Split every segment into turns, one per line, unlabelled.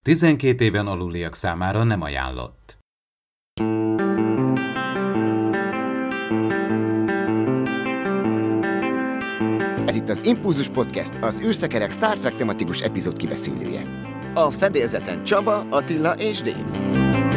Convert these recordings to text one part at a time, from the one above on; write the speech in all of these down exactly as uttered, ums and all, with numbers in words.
tizenkét éven aluliak számára nem ajánlott.
Ez itt az Impulzus Podcast, az űrszekerek Star Trek tematikus epizód kibeszélője. A fedélzeten Csaba, Attila és Dave.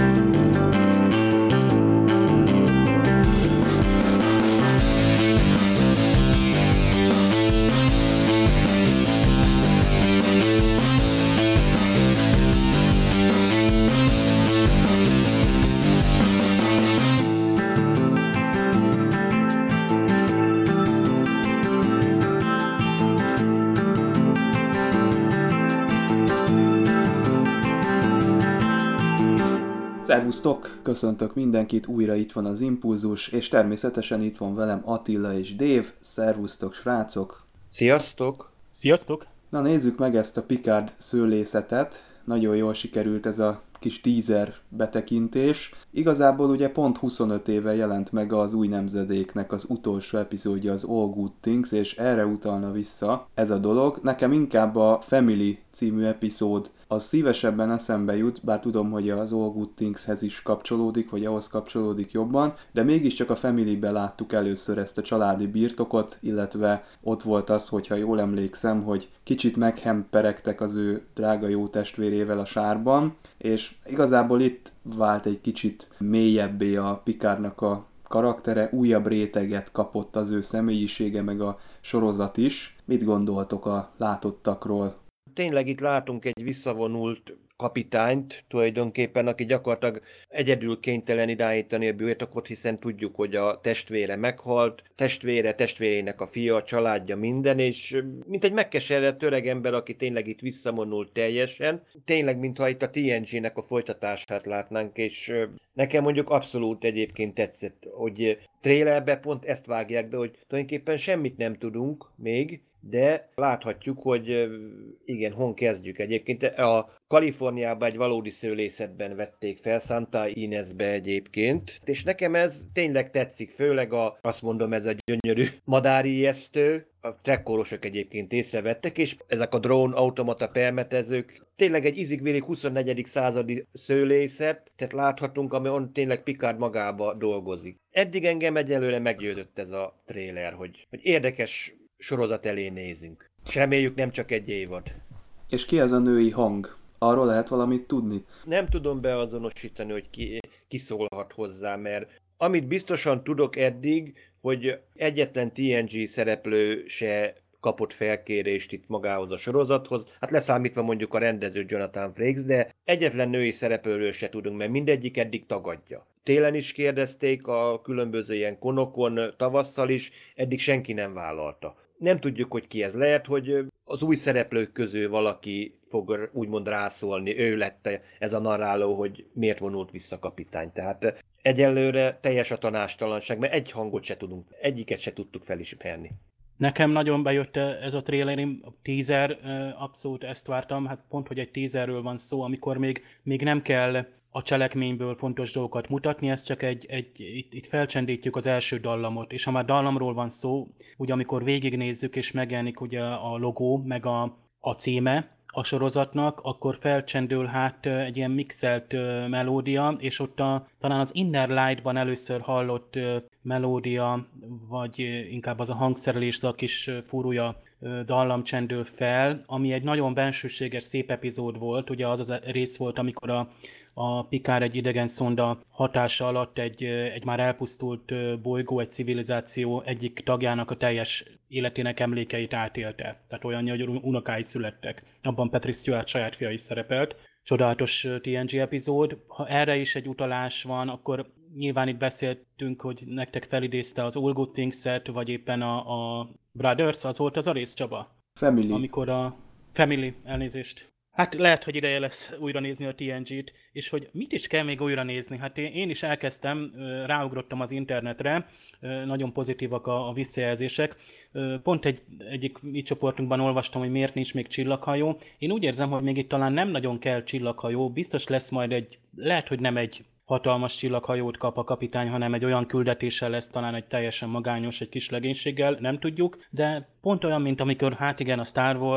Szervusztok! Köszöntök mindenkit, újra itt van az Impulzus, és természetesen itt van velem Attila és Dave. Szervusztok, srácok!
Sziasztok!
Sziasztok!
Na nézzük meg ezt a Picard szőlészetet. Nagyon jól sikerült ez a kis teaser betekintés. Igazából ugye pont huszonöt éve jelent meg az új nemzedéknek az utolsó epizódja, az All Good Things, és erre utalna vissza ez a dolog. Nekem inkább a Family című epizód az szívesebben eszembe jut, bár tudom, hogy az All Good Thingshez is kapcsolódik, vagy ahhoz kapcsolódik jobban, de mégiscsak a Familybe láttuk először ezt a családi birtokot, illetve ott volt az, hogyha jól emlékszem, hogy kicsit meghemperegtek az ő drága jó testvérével a sárban, és igazából itt vált egy kicsit mélyebbé a Picardnak a karaktere, újabb réteget kapott az ő személyisége, meg a sorozat is. Mit gondoltok a látottakról?
Tényleg itt látunk egy visszavonult kapitányt tulajdonképpen, aki gyakorlatilag egyedül kénytelen irányítani a birtokot, hiszen tudjuk, hogy a testvére meghalt, testvére, testvérének a fia, a családja, minden, és mint egy megkeseredett öreg ember, aki tényleg itt visszavonult teljesen, tényleg mintha itt a té en gé-nek a folytatását látnánk, és nekem mondjuk abszolút egyébként tetszett, hogy trailerbe pont ezt vágják be, hogy tulajdonképpen semmit nem tudunk még, de láthatjuk, hogy igen, hon kezdjük egyébként. A Kaliforniában egy valódi szőlészetben vették fel, Santa Inezbe egyébként, és nekem ez tényleg tetszik, főleg a, azt mondom, ez a gyönyörű madárijesztő, a trekkorosok egyébként észrevettek, és ezek a drón automata permetezők, tényleg egy izigvérig huszonnegyedik századi szőlészet, tehát láthatunk, ami on tényleg Picard magába dolgozik. Eddig engem egyelőre meggyőzött ez a trailer, hogy, hogy érdekes sorozat elé nézünk. És reméljük nem csak egy évad.
És ki ez a női hang? Arról lehet valamit tudni?
Nem tudom beazonosítani, hogy ki, ki szólhat hozzá, mert amit biztosan tudok eddig, hogy egyetlen té en gé szereplő se kapott felkérést itt magához a sorozathoz, hát leszámítva mondjuk a rendező Jonathan Frakes, de egyetlen női szereplőről se tudunk, mert mindegyik eddig tagadja. Télen is kérdezték a különböző ilyen konokon, tavasszal is, eddig senki nem vállalta. Nem tudjuk, hogy ki ez. Lehet, hogy az új szereplők közül valaki fog úgymond rászólni, ő lett ez a narráló, hogy miért vonult vissza kapitány. Tehát egyelőre teljes a tanástalanság, mert egy hangot se tudunk, egyiket se tudtuk felismerni.
Nekem nagyon bejött ez a trailer, a teaser, abszolút ezt vártam, hát pont, hogy egy teaserről van szó, amikor még, még nem kell a cselekményből fontos dolgokat mutatni, ez csak egy, egy itt, itt felcsendítjük az első dallamot, és ha már dallamról van szó, ugye amikor végignézzük és megjelenik ugye a logó, meg a, a címe a sorozatnak, akkor felcsendül hát egy ilyen mixelt melódia, és ott a, talán az Inner Light-ban először hallott melódia, vagy inkább az a hangszerelés, a kis fúrója dallam csendül fel, ami egy nagyon bensőséges, szép epizód volt, ugye az az a rész volt, amikor a, a Picard egy idegen szonda hatása alatt egy, egy már elpusztult bolygó, egy civilizáció egyik tagjának a teljes életének emlékeit átélte. Tehát olyan, hogy unokái születtek. Abban Patrick Stewart saját fia is szerepelt. Csodálatos té en gé epizód. Ha erre is egy utalás van, akkor nyilván itt beszéltünk, hogy nektek felidézte az All Good Things-et, vagy éppen a, a Brothers, az volt az a rész, Csaba?
Family.
Amikor a Family, elnézést. Hát lehet, hogy ideje lesz újra nézni a té en gét, és hogy mit is kell még újra nézni. Hát én is elkezdtem, ráugrottam az internetre, nagyon pozitívak a, a visszajelzések. Pont egy, egyik mi csoportunkban olvastam, hogy miért nincs még csillaghajó. Én úgy érzem, hogy még itt talán nem nagyon kell csillaghajó, biztos lesz majd egy, lehet, hogy nem egy hatalmas csillaghajót kap a kapitány, hanem egy olyan küldetéssel lesz, talán egy teljesen magányos, egy kis legénységgel, nem tudjuk, de pont olyan, mint amikor hát igen, a Star Wars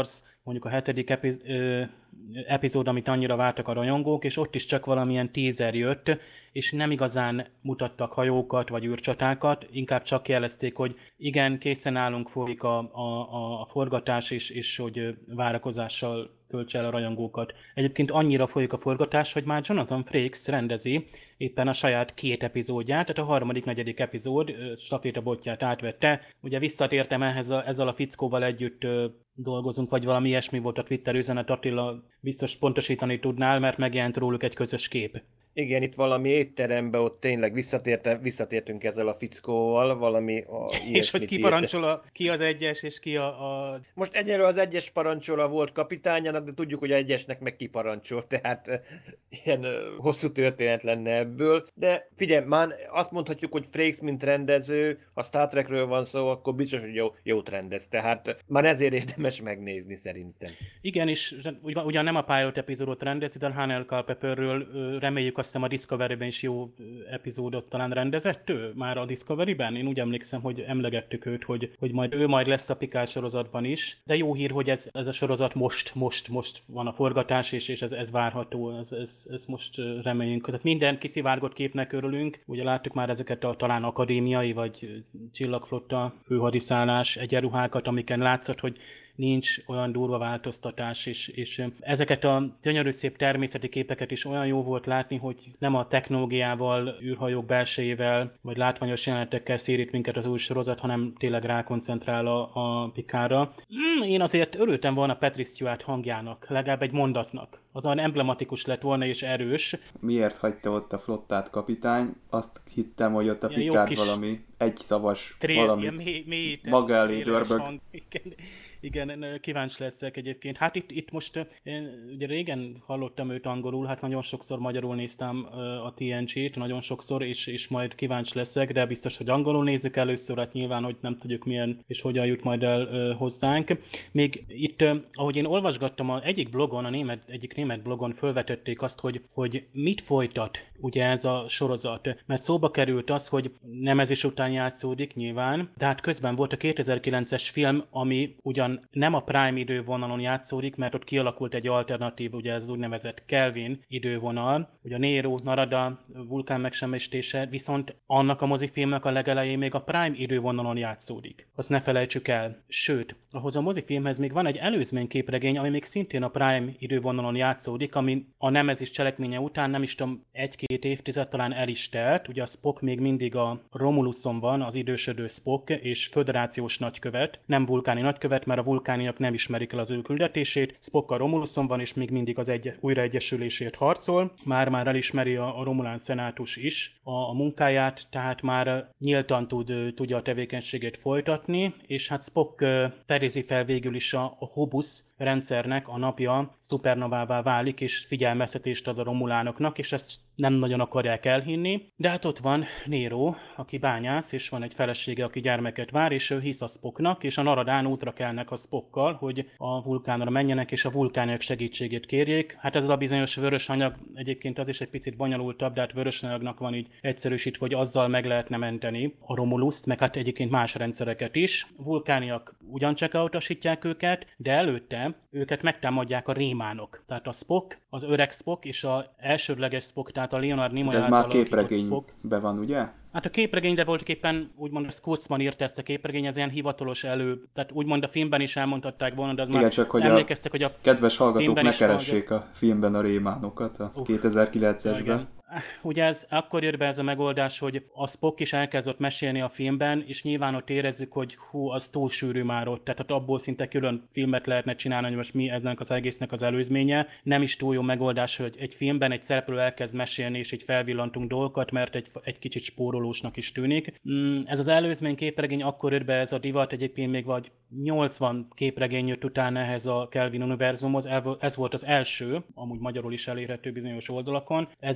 mondjuk a hetedik epi- ö, epizód, amit annyira vártak a rajongók, és ott is csak valamilyen teaser jött, és nem igazán mutattak hajókat vagy űrcsatákat, inkább csak jelezték, hogy igen, készen állunk, folyik a, a, a forgatás, és, és hogy várakozással töltse el a rajongókat. Egyébként annyira folyik a forgatás, hogy már Jonathan Frakes rendezi éppen a saját két epizódját, tehát a harmadik, negyedik epizód stafétabotját átvette. Ugye visszatértem ehhez a, ezzel a fickóval együtt ö, dolgozunk, vagy valami ilyesmi volt a Twitter üzenet, Attila biztos pontosítani tudnál, mert megjelent róluk egy közös kép.
Igen, itt valami étteremben ott tényleg visszatérte, visszatértünk ezzel a fickóval, valami a
és hogy ki parancsol, a, ki az egyes, és ki a... a...
Most egyelőre az egyes parancsola volt kapitányának, de tudjuk, hogy a egyesnek meg ki parancsol, tehát uh, ilyen uh, hosszú történet lenne ebből. De figyelj, már azt mondhatjuk, hogy Frakes, mint rendező, ha Star Trekről van szó, akkor biztos, hogy jó, jót rendez, tehát már ezért érdemes megnézni szerintem.
Igen, és ugyan nem a pilot epizódot rendezi, de a Hanel Culpepperről reméljük, azt hiszem a Discovery-ben is jó epizódot talán rendezett ő már a Discovery-ben. Én úgy emlékszem, hogy emlegettük őt, hogy, hogy majd ő majd lesz a Picard sorozatban is. De jó hír, hogy ez, ez a sorozat most, most, most van a forgatás, és, és ez, ez várható, ez, ez, ez most reméljünk. Tehát minden kiszivárgott képnek örülünk. Ugye láttuk már ezeket a talán akadémiai, vagy csillagflotta főhadiszállás egyenruhákat, amiken látszott, hogy nincs olyan durva változtatás, és, és ezeket a gyönyörű szép természeti képeket is olyan jó volt látni, hogy nem a technológiával, űrhajók belsejével, vagy látványos jelenetekkel szérít minket az új sorozat, hanem tényleg rákoncentrál a, a Picardra. Én azért örültem volna Patrick Stewart hangjának, legalább egy mondatnak. Az olyan emblematikus lett volna és erős.
Miért hagyta ott a flottát kapitány? Azt hittem, hogy ott a Picard kis... valami egyszavas
Trél,
valamit
mély, mély,
maga elé dörbög.
Igen, igen, kíváncsi leszek egyébként. Hát itt, itt most, én ugye régen hallottam őt angolul, hát nagyon sokszor magyarul néztem a té en gét, nagyon sokszor, és, és majd kíváncsi leszek, de biztos, hogy angolul nézzük először, hát nyilván, hogy nem tudjuk milyen és hogyan jut majd el hozzánk. Még itt, ahogy én olvasgattam, a egyik blogon, a német, egyik német blogon felvetették azt, hogy, hogy mit folytat ugye ez a sorozat, mert szóba került az, hogy nemezés után játszódik nyilván, de hát közben volt a kétezer-kilences film, ami ugyan nem a Prime idővonalon játszódik, mert ott kialakult egy alternatív, ugye ez úgynevezett Kelvin idővonal, ugye a Nero, Narada, vulkán megsemmisítése, viszont annak a mozifilmnek a legelején még a Prime idővonalon játszódik. Azt ne felejtsük el. Sőt, ahhoz a mozifilmhez még van egy előzmény képregény, ami még szintén a Prime idővonalon játszódik, ami a nemezis cselekménye után nem is tudom, egy-két évtized talán el is telt. Ugye a Spock még mindig a Romuluson van, az idősödő Spock és föderációs nagykövet, nem vulkáni nagykövet, mert a vulkániak nem ismerik el az ő küldetését. Spock a Romuluson van, és még mindig az egy, újraegyesülésért harcol. Már-már elismeri a, a Romulán szenátus is a, a munkáját, tehát már nyíltan tud, tudja a tevékenységét folytatni, és hát Spock fedezi fel végül is a, a Hobus rendszernek a napja szupernovává válik, és figyelmeztetést ad a romulánoknak, és ezt nem nagyon akarják elhinni. De hát ott van Nero, aki bányász, és van egy felesége, aki gyermeket vár, és ő hisz a Spocknak, és a Naradán útra kelnek a Spockkal, hogy a vulkánra menjenek, és a vulkániak segítségét kérjék. Hát ez a bizonyos vörös anyag, egyébként az is egy picit bonyolultabb, de hát vörös anyagnak van így egyszerűsítve, hogy azzal meg lehetne menteni a Romuluszt, meg hát egyébként más rendszereket is. A vulkániak ugyancsak elutasítják őket, de előtte őket megtámadják a rémánok. Tehát a Spock, az öreg Spock és az elsődleges Spock, tehát a Leonard Nimoy
ez már képregényben van, ugye?
Hát a képregény, de voltak éppen úgymond a Scotsman írta ezt a képregény, ez ilyen hivatalos elő, tehát úgymond a filmben is elmondhatták volna, de az
igen,
már
csak hogy
emlékeztek,
a
hogy a
kedves hallgatók ne keressék
az...
a filmben a rémánokat a uh, kétezer-kilencesben.
Ugye ez, akkor jött be ez a megoldás, hogy a Spock is elkezdett mesélni a filmben, és nyilván ott érezzük, hogy hú, az túl sűrű már ott, tehát abból szinte külön filmet lehetne csinálni, hogy most mi ennek az egésznek az előzménye. Nem is túl jó megoldás, hogy egy filmben egy szereplő elkezd mesélni, és így felvillantunk dolgokat, mert egy, egy kicsit spórolósnak is tűnik. Ez az előzmény képregény, akkor jött be ez a divat, egyébként még vagy nyolcvan képregény jött utána ehhez a Kelvin univerzumhoz, ez volt az első, amúgy magyarul is elérhető bizonyos oldalakon. Ez egy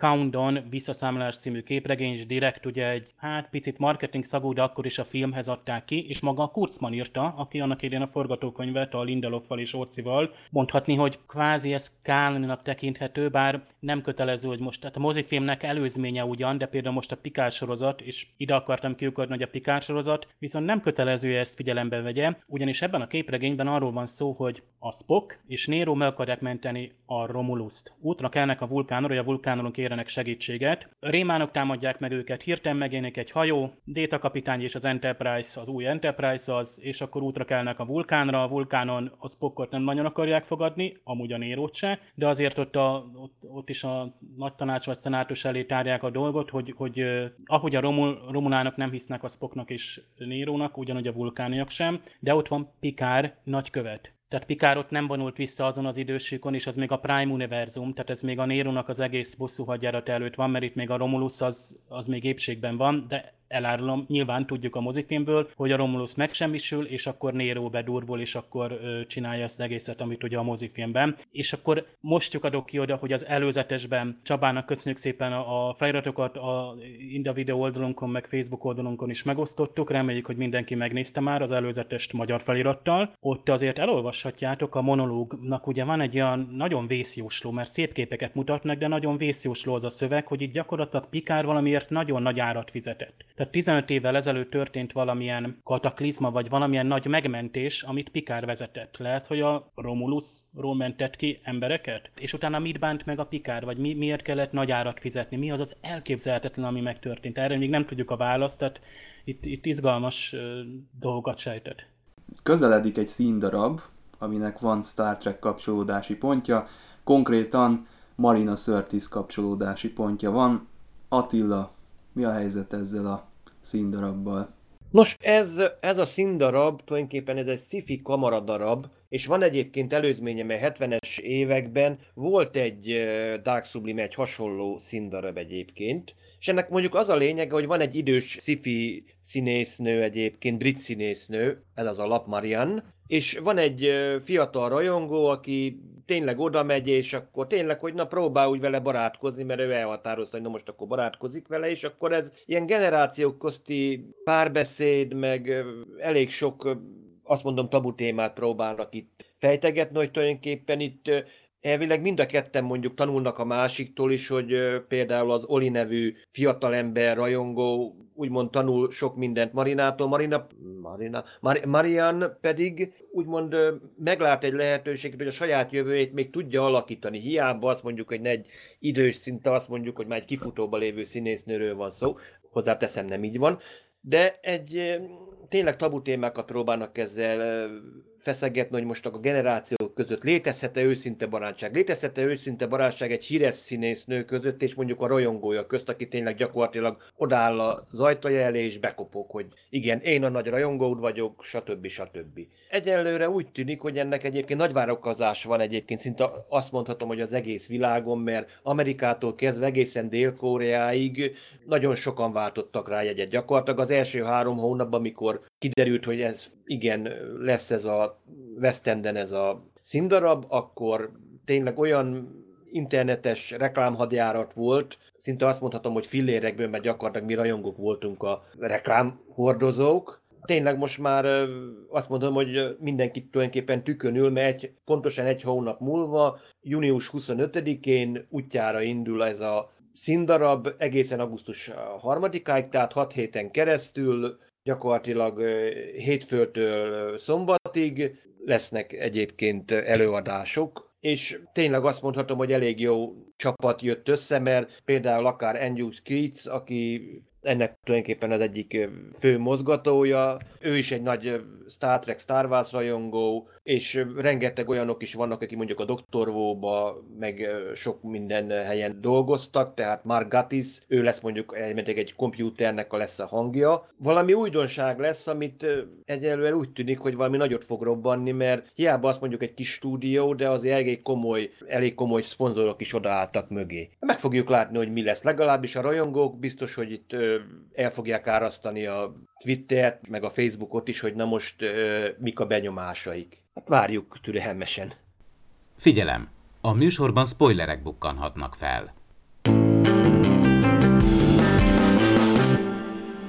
Countdown visszaszámlálás című képregény, és direkt ugye egy, hát picit marketing szagú, de akkor is a filmhez adták ki, és maga a Kurtzman írta, aki annak idején a forgatókönyvet a Lindeloffal és Orcival. Mondhatni, hogy kvázi ez kánoninak tekinthető, bár nem kötelező, hogy most, tehát a mozifilmnek előzménye ugyan, de például most a Picard sorozat, és ide akartam kiukadni, hogy a Picard sorozat, viszont nem kötelező, hogy ezt figyelembe vegye, ugyanis ebben a képregényben arról van szó, hogy a Spock és Nero meg akarják menteni a Romuluszt. Útra kelnek a vulkánról, hogy a vulkánon kérjenek segítséget. A rémánok támadják meg őket, hirtelen megjelenik egy hajó, Data kapitány és az Enterprise, az új Enterprise az, és akkor útra kelnek a vulkánra, a vulkánon a Spockot nem nagyon akarják fogadni, amúgy a Nérót se, de azért ott, a, ott, ott is a nagy tanács vagy szenátus elé tárják a dolgot, hogy, hogy eh, ahogy a Romul, Romulánok nem hisznek a Spocknak és Nérónak, ugyanúgy a vulkániak sem, de ott van Picard nagykövet. Tehát Picard ott nem vonult vissza azon az idősíkon, és az még a Prime univerzum, tehát ez még a Nérónak az egész bosszú hadjárat előtt van, mert itt még a Romulus az, az még épségben van, de elárulom, nyilván tudjuk a mozifilmből, hogy a Romulus megsemmisül, és akkor Nero bedurvol, és akkor ö, csinálja ezt az egészet, amit ugye a mozifilmben. És akkor most lyukadok ki oda, hogy az előzetesben Csabának köszönjük szépen a, a feliratokat a Inda Video oldalunkon, meg Facebook oldalunkon is megosztottuk, reméljük, hogy mindenki megnézte már az előzetest magyar felirattal. Ott azért elolvashatjátok a monológnak, ugye van egy olyan nagyon vészjósló, mert szép képeket mutatnak, de nagyon vészjósló az a szöveg, hogy itt gyakorlatilag Picard valamiért nagyon nagy árat fizetett. Tehát tizenöt évvel ezelőtt történt valamilyen kataklizma, vagy valamilyen nagy megmentés, amit Picard vezetett. Lehet, hogy a Romulusról mentett ki embereket? És utána mit bánt meg a Picard, vagy mi, miért kellett nagy árat fizetni? Mi az az elképzelhetetlen, ami megtörtént? Erre még nem tudjuk a választ, tehát itt, itt izgalmas uh, dolgokat sejtett.
Közeledik egy színdarab, aminek van Star Trek kapcsolódási pontja, konkrétan Marina Sirtis kapcsolódási pontja van. Attila, mi a helyzet ezzel a színdarabbal?
Nos, ez, ez a színdarab, tulajdonképpen ez egy sci-fi kamaradarab, és van egyébként előzménye, mert hetvenes években volt egy Dark Sublime, egy hasonló színdarab egyébként, és ennek mondjuk az a lényege, hogy van egy idős sci-fi színésznő egyébként, brit színésznő, ez az a Lap Marianne, és van egy fiatal rajongó, aki tényleg oda megy, és akkor tényleg, hogy na próbál úgy vele barátkozni, mert ő elhatározta, hogy na most akkor barátkozik vele, és akkor ez ilyen generációk közti párbeszéd, meg elég sok, azt mondom, tabu témát próbálnak itt fejtegetni, hogy tulajdonképpen itt elvileg mind a ketten mondjuk tanulnak a másiktól is, hogy például az Oli nevű fiatalember rajongó úgymond tanul sok mindent Marinától, Marina, Marina, Mar- Marianne pedig úgymond meglát egy lehetőséget, hogy a saját jövőjét még tudja alakítani. Hiába azt mondjuk, hogy egy idős, szinte azt mondjuk, hogy már egy kifutóba lévő színésznőről van szó, hozzáteszem, nem így van, de egy tényleg tabu témákat próbálnak ezzel feszegetni, hogy most a generációk között létezhet-e őszinte barátság. Létezhet-e őszinte barátság egy híres színésznő között, és mondjuk a rajongója közt, aki tényleg gyakorlatilag odáll az ajtaja elé, és bekopog, hogy igen, én a nagy rajongód vagyok, stb. stb. Egyelőre úgy tűnik, hogy ennek egyébként nagy várakozás van egyébként, szinte azt mondhatom, hogy az egész világon, mert Amerikától kezdve egészen Dél-Koreáig nagyon sokan váltottak rá jegyet. Gyakorlatilag az első három hónapban, amikor kiderült, hogy ez igen, lesz ez a West Enden ez a színdarab, akkor tényleg olyan internetes reklámhadjárat volt, szinte azt mondhatom, hogy fillérekből, mert gyakorlatilag mi rajongók voltunk a reklámhordozók. Tényleg most már azt mondom, hogy mindenki tulajdonképpen tükön ül, mert egy, pontosan egy hónap múlva, június huszonötödikén útjára indul ez a színdarab egészen augusztus harmadikáig, tehát hat héten keresztül, gyakorlatilag hétfőtől szombatig lesznek egyébként előadások, és tényleg azt mondhatom, hogy elég jó csapat jött össze, mert például akár Andrew Keats, aki ennek tulajdonképpen az egyik fő mozgatója, ő is egy nagy Star Trek, Star Wars rajongó, és rengeteg olyanok is vannak, akik mondjuk a doktor Who-ba, meg sok minden helyen dolgoztak, tehát Mark Gatiss, ő lesz mondjuk elméletileg egy kompjúternek a lesz a hangja. Valami újdonság lesz, amit egyelőre úgy tűnik, hogy valami nagyot fog robbanni, mert hiába azt mondjuk egy kis stúdió, de azért elég komoly, elég komoly szponzorok is odaálltak mögé. Meg fogjuk látni, hogy mi lesz. Legalábbis a rajongók biztos, hogy itt el fogják árasztani a Twittert, meg a Facebookot is, hogy na most uh, mik a benyomásaik. Hát várjuk türelmesen.
Figyelem! A műsorban spoilerek bukkanhatnak fel.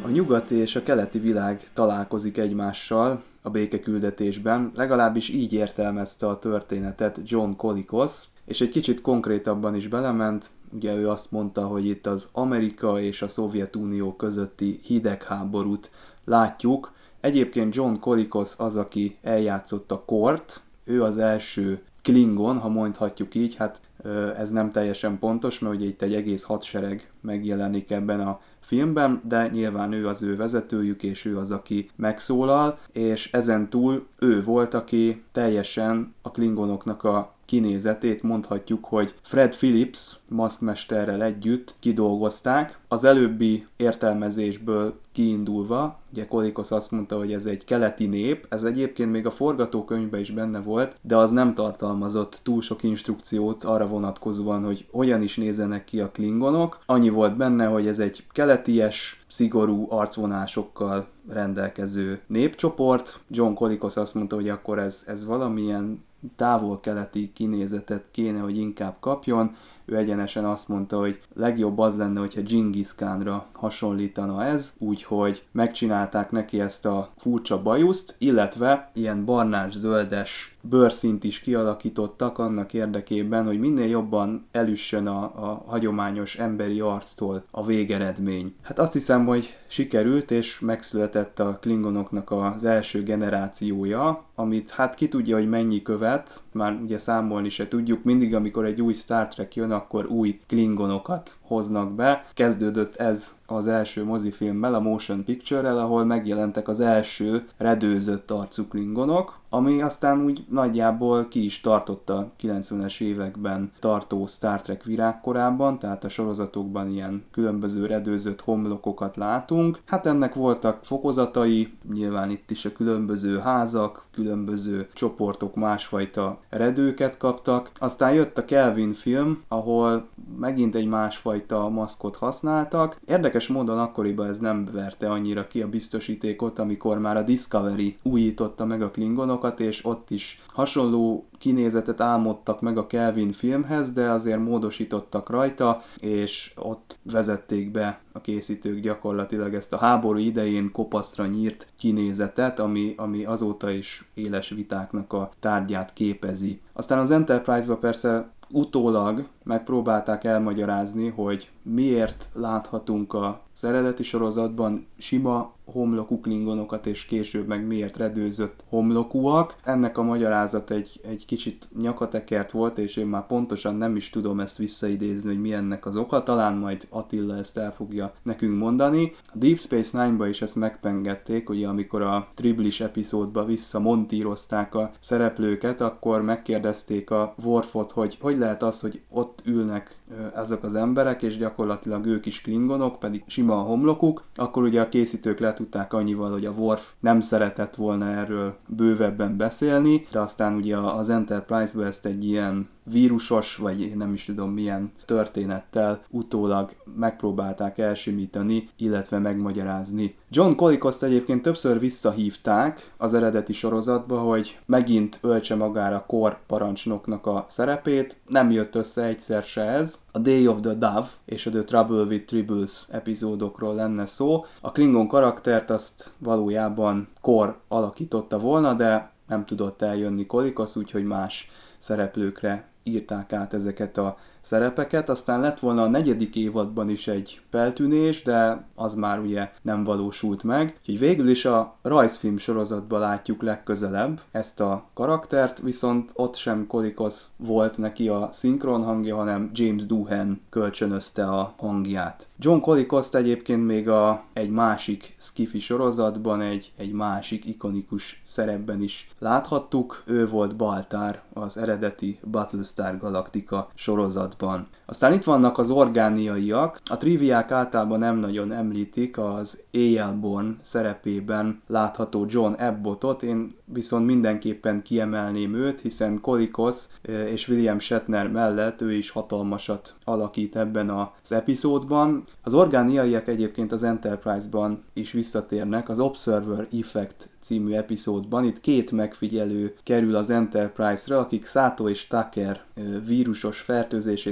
A nyugati és a keleti világ találkozik egymással a békeküldetésben, legalábbis így értelmezte a történetet John Colicos, és egy kicsit konkrétabban is belement. Ugye ő azt mondta, hogy itt az Amerika és a Szovjetunió közötti hidegháborút látjuk. Egyébként John Colicos az, aki eljátszotta Kort, ő az első Klingon, ha mondhatjuk így, hát ez nem teljesen pontos, mert ugye itt egy egész hadsereg megjelenik ebben a filmben, de nyilván ő az ő vezetőjük, és ő az, aki megszólal, és ezen túl ő volt, aki teljesen a klingonoknak a kinézetét mondhatjuk, hogy Fred Phillips maszkmesterrel együtt kidolgozták. Az előbbi értelmezésből kiindulva, ugye Colicos azt mondta, hogy ez egy keleti nép, ez egyébként még a forgatókönyvben is benne volt, de az nem tartalmazott túl sok instrukciót arra vonatkozóan, hogy hogyan is nézzenek ki a klingonok. Annyi volt benne, hogy ez egy keleties, szigorú arcvonásokkal rendelkező népcsoport. John Colicos azt mondta, hogy akkor ez, ez valamilyen távol-keleti kinézetet kéne, hogy inkább kapjon. Ő egyenesen azt mondta, hogy legjobb az lenne, hogyha Genghis Khanra hasonlítana ez, úgyhogy megcsinálták neki ezt a furcsa bajuszt, illetve ilyen barnás-zöldes bőrszint is kialakítottak annak érdekében, hogy minél jobban elüssön a, a hagyományos emberi arctól a végeredmény. Hát azt hiszem, hogy sikerült, és megszületett a klingonoknak az első generációja, amit hát ki tudja, hogy mennyi követ, már ugye számolni se tudjuk, mindig amikor egy új Star Trek jön, akkor új klingonokat hoznak be. Kezdődött ez az első mozifilmmel, a Motion Picture-rel, ahol megjelentek az első redőzött arcú klingonok, ami aztán úgy nagyjából ki is tartott a kilencvenes években tartó Star Trek virágkorában, tehát a sorozatokban ilyen különböző redőzött homlokokat látunk. Hát ennek voltak fokozatai, nyilván itt is a különböző házak, különböző csoportok másfajta redőket kaptak. Aztán jött a Kelvin film, ahol megint egy másfajta maszkot használtak. Érdekes módon akkoriban ez nem verte annyira ki a biztosítékot, amikor már a Discovery újította meg a klingonokat, és ott is hasonló kinézetet álmodtak meg a Kelvin filmhez, de azért módosítottak rajta, és ott vezették be a készítők gyakorlatilag ezt a háború idején kopaszra nyírt kinézetet, ami, ami azóta is éles vitáknak a tárgyát képezi. Aztán az Enterprise-ba persze utólag megpróbálták elmagyarázni, hogy miért láthatunk az eredeti sorozatban sima homlokú klingonokat, és később meg miért redőzött homlokúak. Ennek a magyarázat egy, egy kicsit nyakatekert volt, és én már pontosan nem is tudom ezt visszaidézni, hogy mi ennek az oka. Talán majd Attila ezt el fogja nekünk mondani. A Deep Space Nine-ba is ezt megpengették, ugye amikor a Triblis epizódba visszamontírozták a szereplőket, akkor megkérdezték a Worfot, hogy hogy lehet az, hogy ott ülnek ezek az emberek, és gyakorlatilag ők is klingonok, pedig sima a homlokuk. Akkor ugye a készítők le tudták annyival, hogy a Worf nem szeretett volna erről bővebben beszélni, de aztán ugye az Enterprise-ba ezt egy ilyen vírusos, vagy én nem is tudom milyen történettel utólag megpróbálták elsimítani, illetve megmagyarázni. John Colicos egyébként többször visszahívták az eredeti sorozatba, hogy megint öltse magára Kor parancsnoknak a szerepét. Nem jött össze egyszer se ez. A Day of the Dove és a The Trouble with Tribbles epizódokról lenne szó. A Klingon karaktert azt valójában Kor alakította volna, de nem tudott eljönni Colicos, úgyhogy más szereplőkre írták át ezeket a szerepeket. Aztán lett volna a negyedik évadban is egy feltűnés, de az már ugye nem valósult meg. Úgyhogy végül is a rajzfilm sorozatban látjuk legközelebb ezt a karaktert, viszont ott sem Colicos volt neki a szinkron hangja, hanem James Doohan kölcsönözte a hangját. John Colicos egyébként még a, egy másik sci-fi sorozatban, egy, egy másik ikonikus szerepben is láthattuk. Ő volt Baltar az eredeti Battlestar Galactica sorozatban. Aztán itt vannak az orgániaiak. A triviák általában nem nagyon említik az Éjjelborn szerepében látható John Abbottot, én viszont mindenképpen kiemelném őt, hiszen Colicos és William Shatner mellett ő is hatalmasat alakít ebben az epizódban. Az orgániaiak egyébként az Enterprise-ban is visszatérnek, az Observer Effect című epizódban. Itt két megfigyelő kerül az Enterprise-ra, akik Sato és Tucker vírusos fertőzését tanulmányozzák,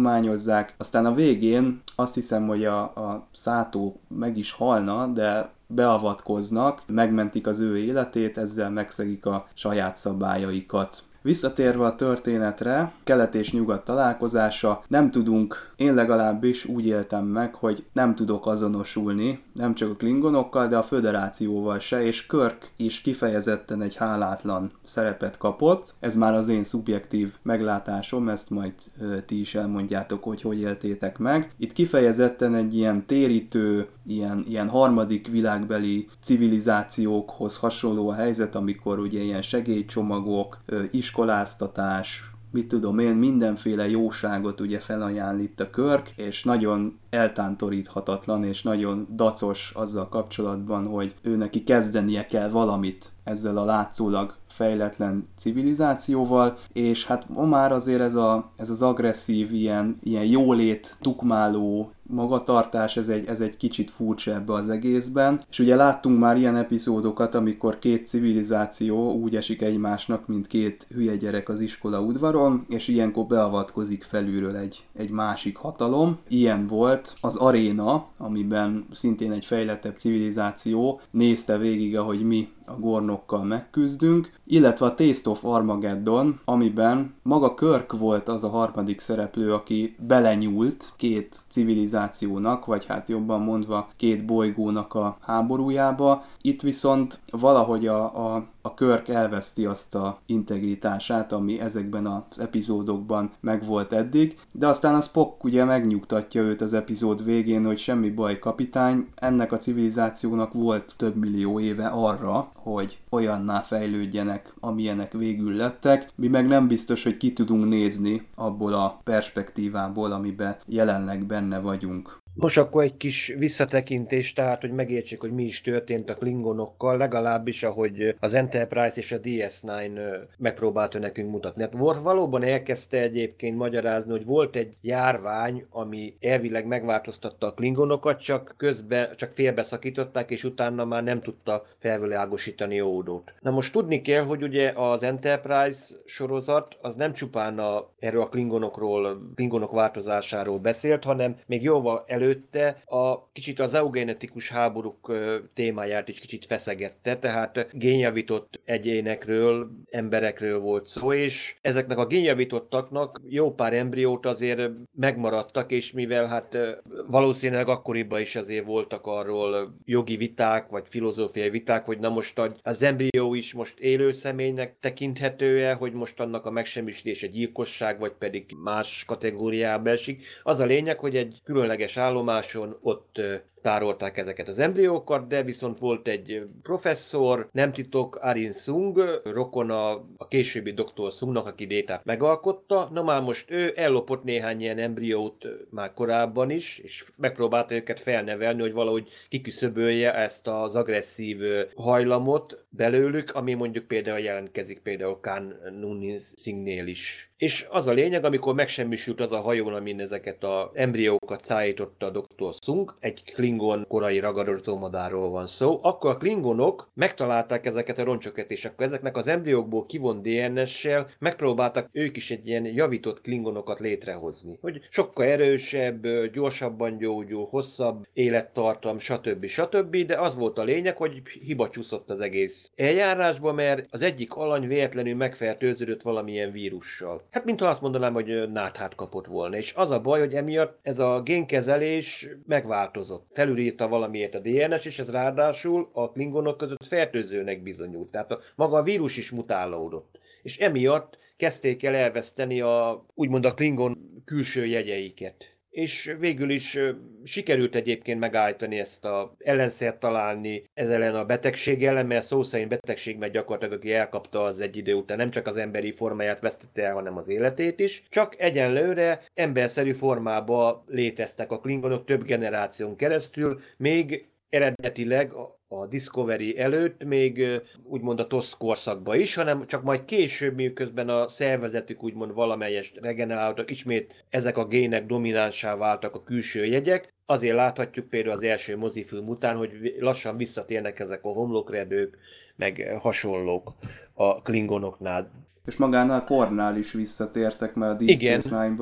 tanulmányozzák, aztán a végén azt hiszem, hogy a, a Szátó meg is halna, de beavatkoznak, megmentik az ő életét, ezzel megszegik a saját szabályaikat. Visszatérve a történetre, kelet és nyugat találkozása, nem tudunk, én legalábbis úgy éltem meg, hogy nem tudok azonosulni, nem csak a klingonokkal, de a föderációval se, és Kirk is kifejezetten egy hálátlan szerepet kapott. Ez már az én szubjektív meglátásom, ezt majd ö, ti is elmondjátok, hogy hogy éltétek meg. Itt kifejezetten egy ilyen térítő, ilyen, ilyen harmadik világbeli civilizációkhoz hasonló a helyzet, amikor ugye ilyen segélycsomagok, ö, iskoláztatás, mit tudom én, mindenféle jóságot ugye felajánl itt a Kirk, és nagyon eltántoríthatatlan, és nagyon dacos azzal kapcsolatban, hogy ő neki kezdenie kell valamit ezzel a látszólag fejletlen civilizációval, és hát ma már azért ez, a, ez az agresszív, ilyen, ilyen jólét, tukmáló magatartás, ez egy, ez egy kicsit furcsa ebbe az egészben. És ugye láttunk már ilyen epizódokat, amikor két civilizáció úgy esik egymásnak, mint két hülye gyerek az iskola udvaron, és ilyenkor beavatkozik felülről egy, egy másik hatalom. Ilyen volt az Aréna, amiben szintén egy fejlettebb civilizáció nézte végig, ahogy mi a gornokkal megküzdünk, illetve a Taste of Armageddon, amiben maga Kirk volt az a harmadik szereplő, aki belenyúlt két civilizációnak, vagy hát jobban mondva két bolygónak a háborújába. Itt viszont valahogy a, a a Kirk elveszti azt a integritását, ami ezekben az epizódokban megvolt eddig, de aztán a Spock ugye megnyugtatja őt az epizód végén, hogy semmi baj, kapitány, ennek a civilizációnak volt több millió éve arra, hogy olyanná fejlődjenek, amilyenek végül lettek, mi meg nem biztos, hogy ki tudunk nézni abból a perspektívából, amiben jelenleg benne vagyunk.
Most akkor egy kis visszatekintés, tehát, hogy megértsék, hogy mi is történt a klingonokkal, legalábbis, ahogy az Enterprise és a D S kilenc megpróbálta nekünk mutatni. Hát valóban elkezdte egyébként magyarázni, hogy volt egy járvány, ami elvileg megváltoztatta a klingonokat, csak közben csak félbeszakították, és utána már nem tudta felvilágosítani Ódót. Na most tudni kell, hogy ugye az Enterprise sorozat az nem csupán a, erről a klingonokról, klingonok változásáról beszélt, hanem még jóval elő előtte a kicsit az eugenetikus háborúk témáját is kicsit feszegette, tehát génjavított egyénekről, emberekről volt szó, és ezeknek a génjavítottaknak jó pár embriót azért megmaradtak, és mivel hát valószínűleg akkoriban is azért voltak arról jogi viták, vagy filozófiai viták, hogy na most az embrió is most élő személynek tekinthető-e, hogy most annak a megsemmisítése gyilkosság, vagy pedig más kategóriába esik. Az a lényeg, hogy egy különleges állomáson ott tárolták ezeket az embriókat, de viszont volt egy professzor, nem titok, Arin Sung, rokona a későbbi doktor Sungnak, aki Détát megalkotta. Na már most ő ellopott néhány ilyen embriót már korábban is, és megpróbálta őket felnevelni, hogy valahogy kiküszöbölje ezt az agresszív hajlamot belőlük, ami mondjuk például jelentkezik például Khan Noonien Singhnél is. És az a lényeg, amikor megsemmisült az a hajón, amin ezeket az embriókat szállította a doktor Sung, egy klingon korai ragadozómadárról van szó, akkor a klingonok megtalálták ezeket a roncsokat, és akkor ezeknek az embriókból kivont dé en es-sel megpróbáltak ők is egy ilyen javított klingonokat létrehozni. Hogy sokkal erősebb, gyorsabban gyógyul, hosszabb élettartam, stb. stb. De az volt a lényeg, hogy hiba csúszott az egész eljárásba, mert az egyik alany véletlenül megfertőződött valamilyen vírussal. Hát mintha azt mondanám, hogy náthát kapott volna. És az a baj, hogy emiatt ez a génkezelés megváltozott. Felülírta valamiért a dé en es, és ez ráadásul a klingonok között fertőzőnek bizonyult. Tehát a, maga a vírus is mutálódott. És emiatt kezdték el elveszteni a, úgymond a klingon külső jegyeiket. És végül is sikerült egyébként megállítani ezt a ellenszert találni ez ellen a betegség ellen, mert szó szerint betegség, mert gyakorlatilag aki elkapta az egy idő után nem csak az emberi formáját vesztette el, hanem az életét is. Csak egyenlőre emberszerű formában léteztek a klingonok több generáción keresztül, még eredetileg a Discovery előtt még úgymond a TOSZ korszakban is, hanem csak majd később, miközben a szervezetük úgymond valamelyest regeneráltak, ismét ezek a gének dominánsá váltak a külső jegyek. Azért láthatjuk például az első mozifilm után, hogy lassan visszatérnek ezek a homlokredők, meg hasonlók a klingonoknál.
És magánál Kornál is visszatértek, mert a Deep Space Nine-ban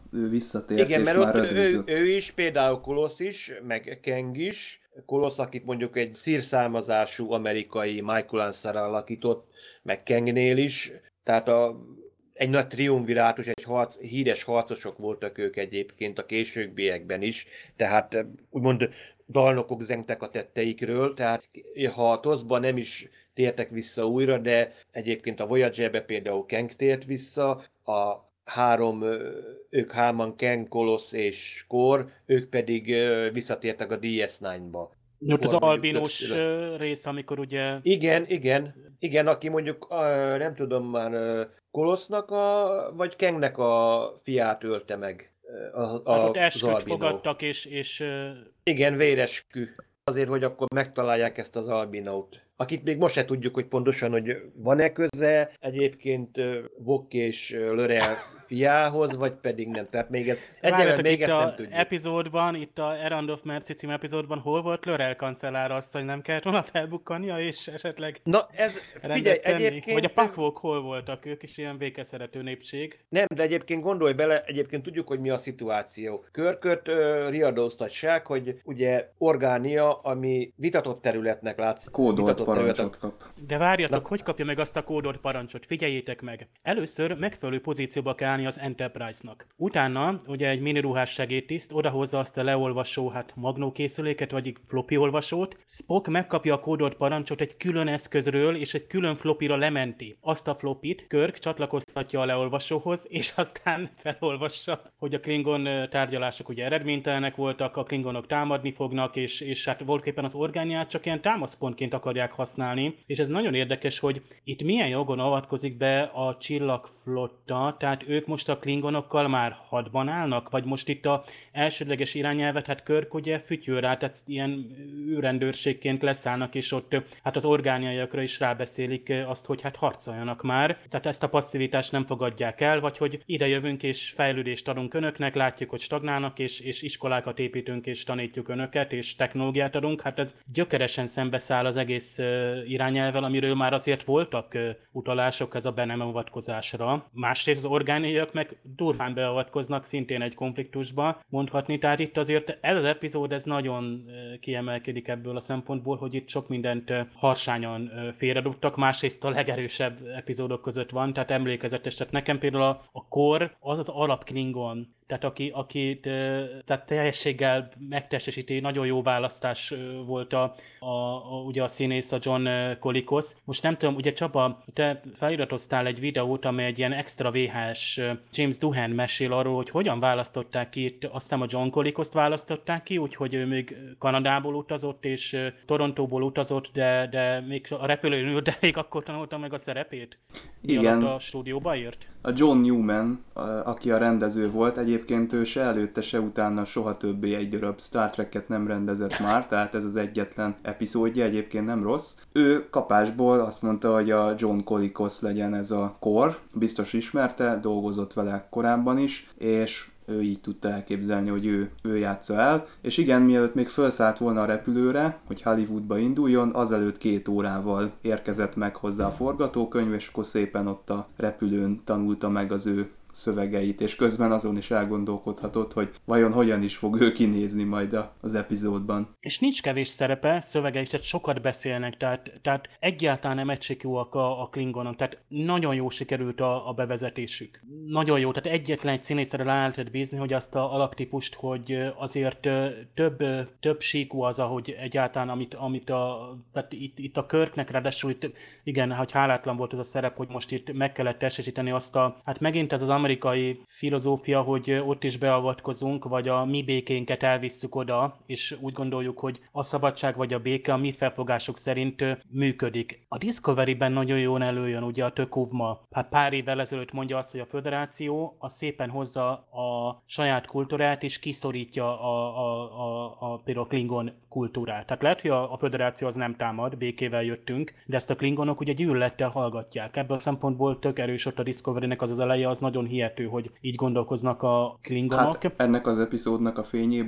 ő visszatért,
igen,
és
mert
már
ott ő,
rödűzött.
ő is, például Kolosz is, meg Kang is. Kolosz, akit mondjuk egy szírszármazású amerikai Michael Ansara alakított, meg Kangnél is. Tehát a, egy nagy triumvirátus, egy harc, híres harcosok voltak ők egyébként a későbbiekben is. Tehát úgymond dalnokok zengtek a tetteikről, tehát ha a toszban nem is tértek vissza újra, de egyébként a Voyagerbe például Kang tért vissza, a három, ők hárman, Kang, Kolosz és Kor, ők pedig visszatértek a dé es kilencba.
Ott az albinos rész, amikor ugye...
Igen, igen, igen, aki mondjuk, nem tudom már, Kolosznak a, vagy Kangnek a fiát ölte meg. A, a,
hát ott esküt fogadtak, és, és...
Igen, véreskü. Azért, hogy akkor megtalálják ezt az albinót. Akit még most se tudjuk, hogy pontosan, hogy van-e köze egyébként Vok és Lörel fiához, vagy pedig nem. Tehát még, ez,
Várjátok,
még
itt
ezt
a
nem tudjuk.
epizódban, itt a Errand of Mercy című epizódban hol volt Lörel kancellár asszony, nem kellett volna felbukkania, és esetleg
Na ez, figyelj, egyébként...
Vagy a Pakvok hol voltak, ők is ilyen békeszerető népség.
Nem, de egyébként gondolj bele, egyébként tudjuk, hogy mi a szituáció. Körköt uh, riadóztassák, hogy ugye Orgánia, ami vitatott területnek látszik.
Kódolt parancsot kap.
De várjatok, Na. hogy kapja meg azt a kódolt parancsot? Figyeljétek meg. Először megfelelő pozícióba kell állni az Enterprise-nak. Utána ugye egy miniruhás segédtiszt odahozza azt a leolvasó, hát magnókészüléket, vagy floppy olvasót. Spock megkapja a kódolt parancsot egy külön eszközről, és egy külön floppyra lementi. Azt a floppyt Kirk csatlakoztatja a leolvasóhoz, és aztán felolvassa, hogy a Klingon tárgyalások ugye eredménytelenek voltak, a Klingonok támadni fognak, és, és hát voltaképpen az Orgániát csak ilyen támaszpontként akarják használni, és ez nagyon érdekes, hogy itt milyen jogon avatkozik be a csillagflotta, tehát ők most a Klingonokkal már hadban állnak, vagy most itt a elsődleges irányelvet, hát Kirk ugye fütyül rá, tehát ilyen őrendőrségként leszállnak, és ott hát az orgániaiakra is rábeszélik azt, hogy hát harcoljanak már, tehát ezt a passzivitást nem fogadják el, vagy hogy ide jövünk és fejlődést adunk önöknek, látjuk, hogy stagnálnak, és, és iskolákat építünk, és tanítjuk önöket, és technológiát adunk, hát ez gyökeresen szembeszáll az egész irányelvvel, amiről már azért voltak uh, utalások ez a be nem avatkozásra. Másrészt az orgániaiak meg durván beavatkoznak szintén egy konfliktusba, mondhatni. Tehát itt azért ez az epizód ez nagyon uh, kiemelkedik ebből a szempontból, hogy itt sok mindent uh, harsányan uh, félredugtak. Másrészt a legerősebb epizódok között van, tehát emlékezetes. Tehát nekem például a, a Kor az az alap Klingon, tehát aki, akit tehát teljességgel megtestesíti, nagyon jó választás volt a, a, a, ugye a színész, a John Colicos. Most nem tudom, ugye Csaba, te feliratoztál egy videót, amely egy ilyen extra vé há es James Doohan mesél arról, hogy hogyan választották ki, itt aztán a John Colicos-t választották ki, úgyhogy ő még Kanadából utazott, és Torontóból utazott, de, de még a repülőn ült, de még akkor tanulta meg a szerepét.
Igen.
A stúdióba írt?
A John Newman, aki a rendező volt, egyébként ő se előtte, se utána soha többé egy darab Star Trek-et nem rendezett már, tehát ez az egyetlen epizódja, egyébként nem rossz. Ő kapásból azt mondta, hogy a John Colicos legyen ez a Kor, biztos ismerte, dolgozott vele korábban is, és ő így tudta elképzelni, hogy ő, ő játsza el. És igen, mielőtt még felszállt volna a repülőre, hogy Hollywoodba induljon, azelőtt két órával érkezett meg hozzá a forgatókönyv, és akkor szépen ott a repülőn tanulta meg az ő szövegeit, és közben azon is elgondolkodhatott, hogy vajon hogyan is fog ő kinézni majd az epizódban.
És nincs kevés szerepe, szövege is, tehát sokat beszélnek, tehát, tehát egyáltalán nem egységúak a, a Klingonok, tehát nagyon jó sikerült a, a bevezetésük. Nagyon jó, tehát egyetlen egy színészre rá lehetett bízni, hogy azt a alaktípust, hogy azért több, több síkú az, ahogy egyáltalán, amit, amit a, tehát itt, itt a Kirknek ráadásul itt, igen, hogy hálátlan volt az a szerep, hogy most itt meg kellett testesíteni azt a, hát megint ez az amerikai filozófia, hogy ott is beavatkozunk, vagy a mi békénket elvisszük oda, és úgy gondoljuk, hogy a szabadság vagy a béke a mi felfogások szerint működik. A Discovery-ben nagyon jól előjön, ugye a Tökuvma. Hát pár évvel ezelőtt mondja azt, hogy a föderáció a szépen hozza a saját kultúrát, és kiszorítja a, a, a, a például Klingon kultúrát. Tehát lehet, hogy a, a föderáció az nem támad, békével jöttünk, de ezt a Klingonok ugye gyűlölettel hallgatják. Ebből a szempontból tök erős ott a Discovery-nek az az eleje, az nagyon hihető, hogy így gondolkoznak a Klingonok.
Hát ennek az epizódnak a fényében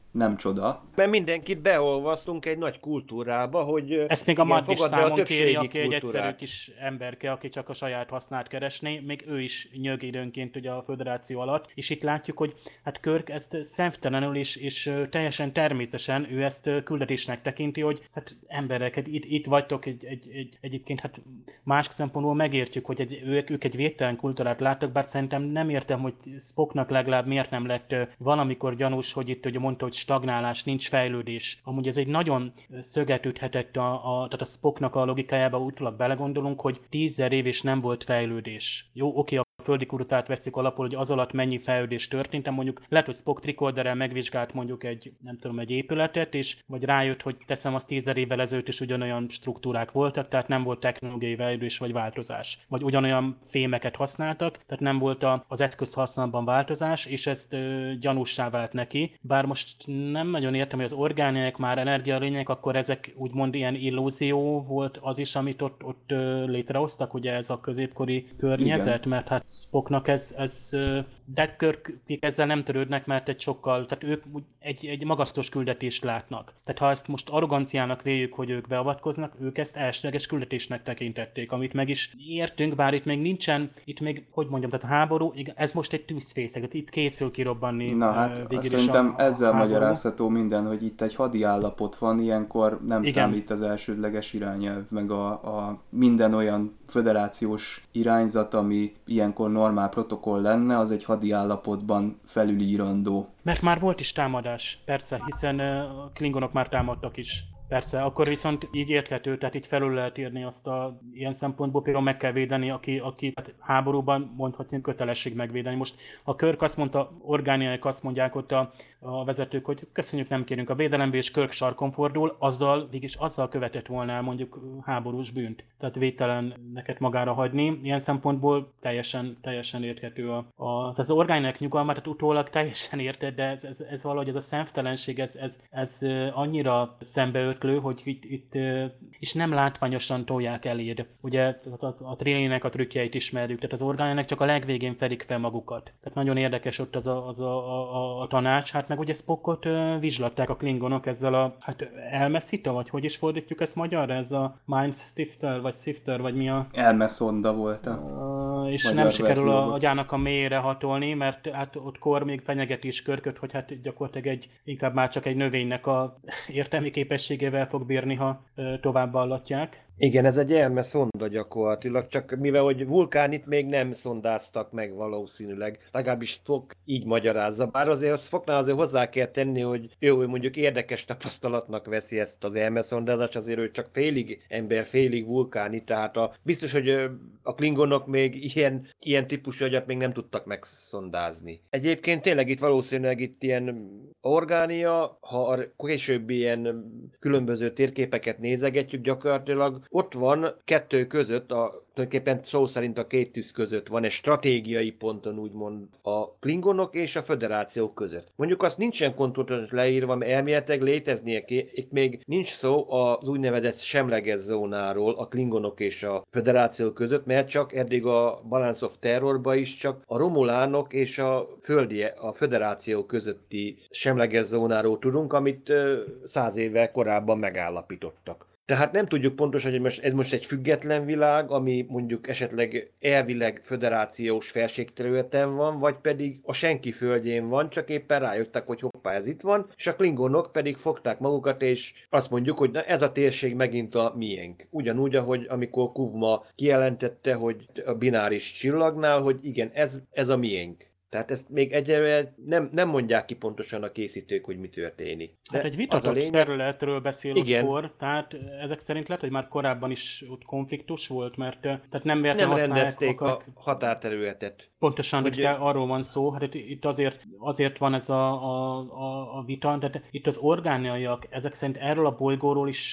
nem csoda.
Mert mindenkit beolvasztunk egy nagy kultúrába, hogy
ezt még a Matt is számon kéri, aki
kultúrát.
egy egyszerű kis emberke, aki csak a saját hasznát keresné, még ő is nyög időnként ugye a föderáció alatt, és itt látjuk, hogy hát Kirk ezt szemtelenül is, és teljesen természetesen ő ezt küldetésnek tekinti, hogy hát emberek, itt, itt vagytok, egy, egy, egy, egyébként hát más szempontból megértjük, hogy egy, ők, ők egy védtelen kultúrát láttak, bár szerintem nem értem, hogy Spocknak legalább miért nem lett valamikor gyanús, hogy itt ugye mondta, hogy stagnálás, nincs fejlődés. Amúgy ez egy nagyon szöget üthetett a, a, tehát a Spocknak a logikájába utólag belegondolunk, hogy tízezer év és nem volt fejlődés. Jó, oké, a földi kutatát veszik alapul, hogy az alatt mennyi fejlődés történt, mondjuk lehet, hogy Spock tricorderrel megvizsgált mondjuk egy, nem tudom, egy épületet, és vagy rájött, hogy teszem azt tízezer évvel ezelőtt is ugyanolyan struktúrák voltak, tehát nem volt technológiai fejlődés vagy változás. Vagy ugyanolyan fémeket használtak, tehát nem volt a, az eszköz használatban változás, és ezt ö, gyanússá vált neki. Bár most nem nagyon értem, hogy az orgániák már energialények, akkor ezek úgymond ilyen illúzió volt az is, amit ott, ott ö, létrehoztak, ugye ez a középkori környezet, igen. Mert hát Spocknak ez, ez de Kirkik ezzel nem törődnek, mert egy sokkal, tehát ők egy, egy magasztos küldetést látnak. Tehát ha ezt most arroganciának véljük, hogy ők beavatkoznak, ők ezt elsődleges küldetésnek tekintették, amit meg is értünk, bár itt még nincsen, itt még, hogy mondjam, tehát a háború, ez most egy tűzfészek, tehát itt készül kirobbanni.
Na hát szerintem a, ezzel a magyarázható minden, hogy itt egy hadi állapot van, ilyenkor nem igen. számít az elsődleges irányelv, meg a, a minden olyan föderációs irányzat, ami ilyenkor normál protokoll lenne, az egy hadi állapotban felülírandó.
Mert már volt is támadás, persze, hiszen a klingonok már támadtak is. Persze, akkor viszont így érthető, tehát itt felül lehet írni azt a ilyen szempontból, például meg kell védeni, aki, aki hát háborúban mondhatni kötelesség megvédeni. Most a Kirk azt mondta, orgániák azt mondják ott a, a vezetők, hogy köszönjük, nem kérünk a védelembe, és Kirk sarkon fordul, azzal, végig azzal követett volna el mondjuk háborús bűnt. Tehát védtelenneket magára hagyni. Ilyen szempontból teljesen, teljesen érthető a, a tehát az orgániák nyugalmát, tehát utólag teljesen érted, de ez, ez, ez valahogy ez a szemtelenség, ez, ez, ez annyira szembeöt, hogy itt, itt és nem látványosan tolják eléd. Ugye a, a, a trénének a trükkjeit ismerjük, tehát az orgániák csak a legvégén fedik fel magukat. Tehát nagyon érdekes ott az a, az a, a, a tanács, hát meg ugye Spockot uh, vizslatták a klingonok ezzel a, hát elmeszita, vagy hogy is fordítjuk ezt magyarra, ez a Mind Stifter, vagy Sifter, vagy mi a...
Elmeszonda volt a
uh, és nem sikerül a agyának a mélyére hatolni, mert hát ott Kor még fenyegeti is Körköt, hogy hát gyakorlatilag egy, inkább már csak egy növénynek a értelmi képessége fog bírni, ha tovább vallatják.
Igen, ez egy elmeszonda gyakorlatilag, csak mivel hogy vulkánit még nem szondáztak meg valószínűleg, legalábbis Spock így magyarázza. Bár azért Spocknál azért hozzá kell tenni, hogy ő mondjuk érdekes tapasztalatnak veszi ezt az elmeszondázást, azért ő csak félig ember, félig vulkáni, tehát a, biztos, hogy a klingonok még ilyen, ilyen típusú agyat még nem tudtak megszondázni. Egyébként tényleg itt valószínűleg itt ilyen orgánia, ha a későbbi ilyen különböző térképeket nézegetjük, gyakorlatilag ott van kettő között, a, tulajdonképpen szó szerint a két tűz között van egy stratégiai ponton úgymond a klingonok és a föderáció között. Mondjuk azt nincsen kontrollos leírva, mert elméletileg léteznie kell, itt még nincs szó az úgynevezett semleges zónáról a klingonok és a föderáció között, mert csak eddig a Balance of Terrorban is csak a romulánok és a földi, a föderáció közötti semleges zónáról tudunk, amit száz évvel korábban megállapítottak. Tehát nem tudjuk pontosan, hogy most, ez most egy független világ, ami mondjuk esetleg elvileg föderációs felségterületen van, vagy pedig a senki földjén van, csak éppen rájöttek, hogy hoppá, ez itt van, és a klingonok pedig fogták magukat, és azt mondjuk, hogy na, ez a térség megint a miénk. Ugyanúgy, ahogy amikor Kuvma kijelentette, hogy a bináris csillagnál, hogy igen, ez, ez a miénk. Tehát ezt még egyelőre nem, nem mondják ki pontosan a készítők, hogy mi történik. De
hát egy vitatott lényeg... területről beszél akkor, tehát ezek szerint lehet, hogy már korábban is ott konfliktus volt, mert tehát nem
Nem rendezték akar... a határterületet.
Pontosan, hogy te, arról van szó, hát itt azért, azért van ez a, a, a, a vita, de itt az orgániaiak ezek szerint erről a bolygóról is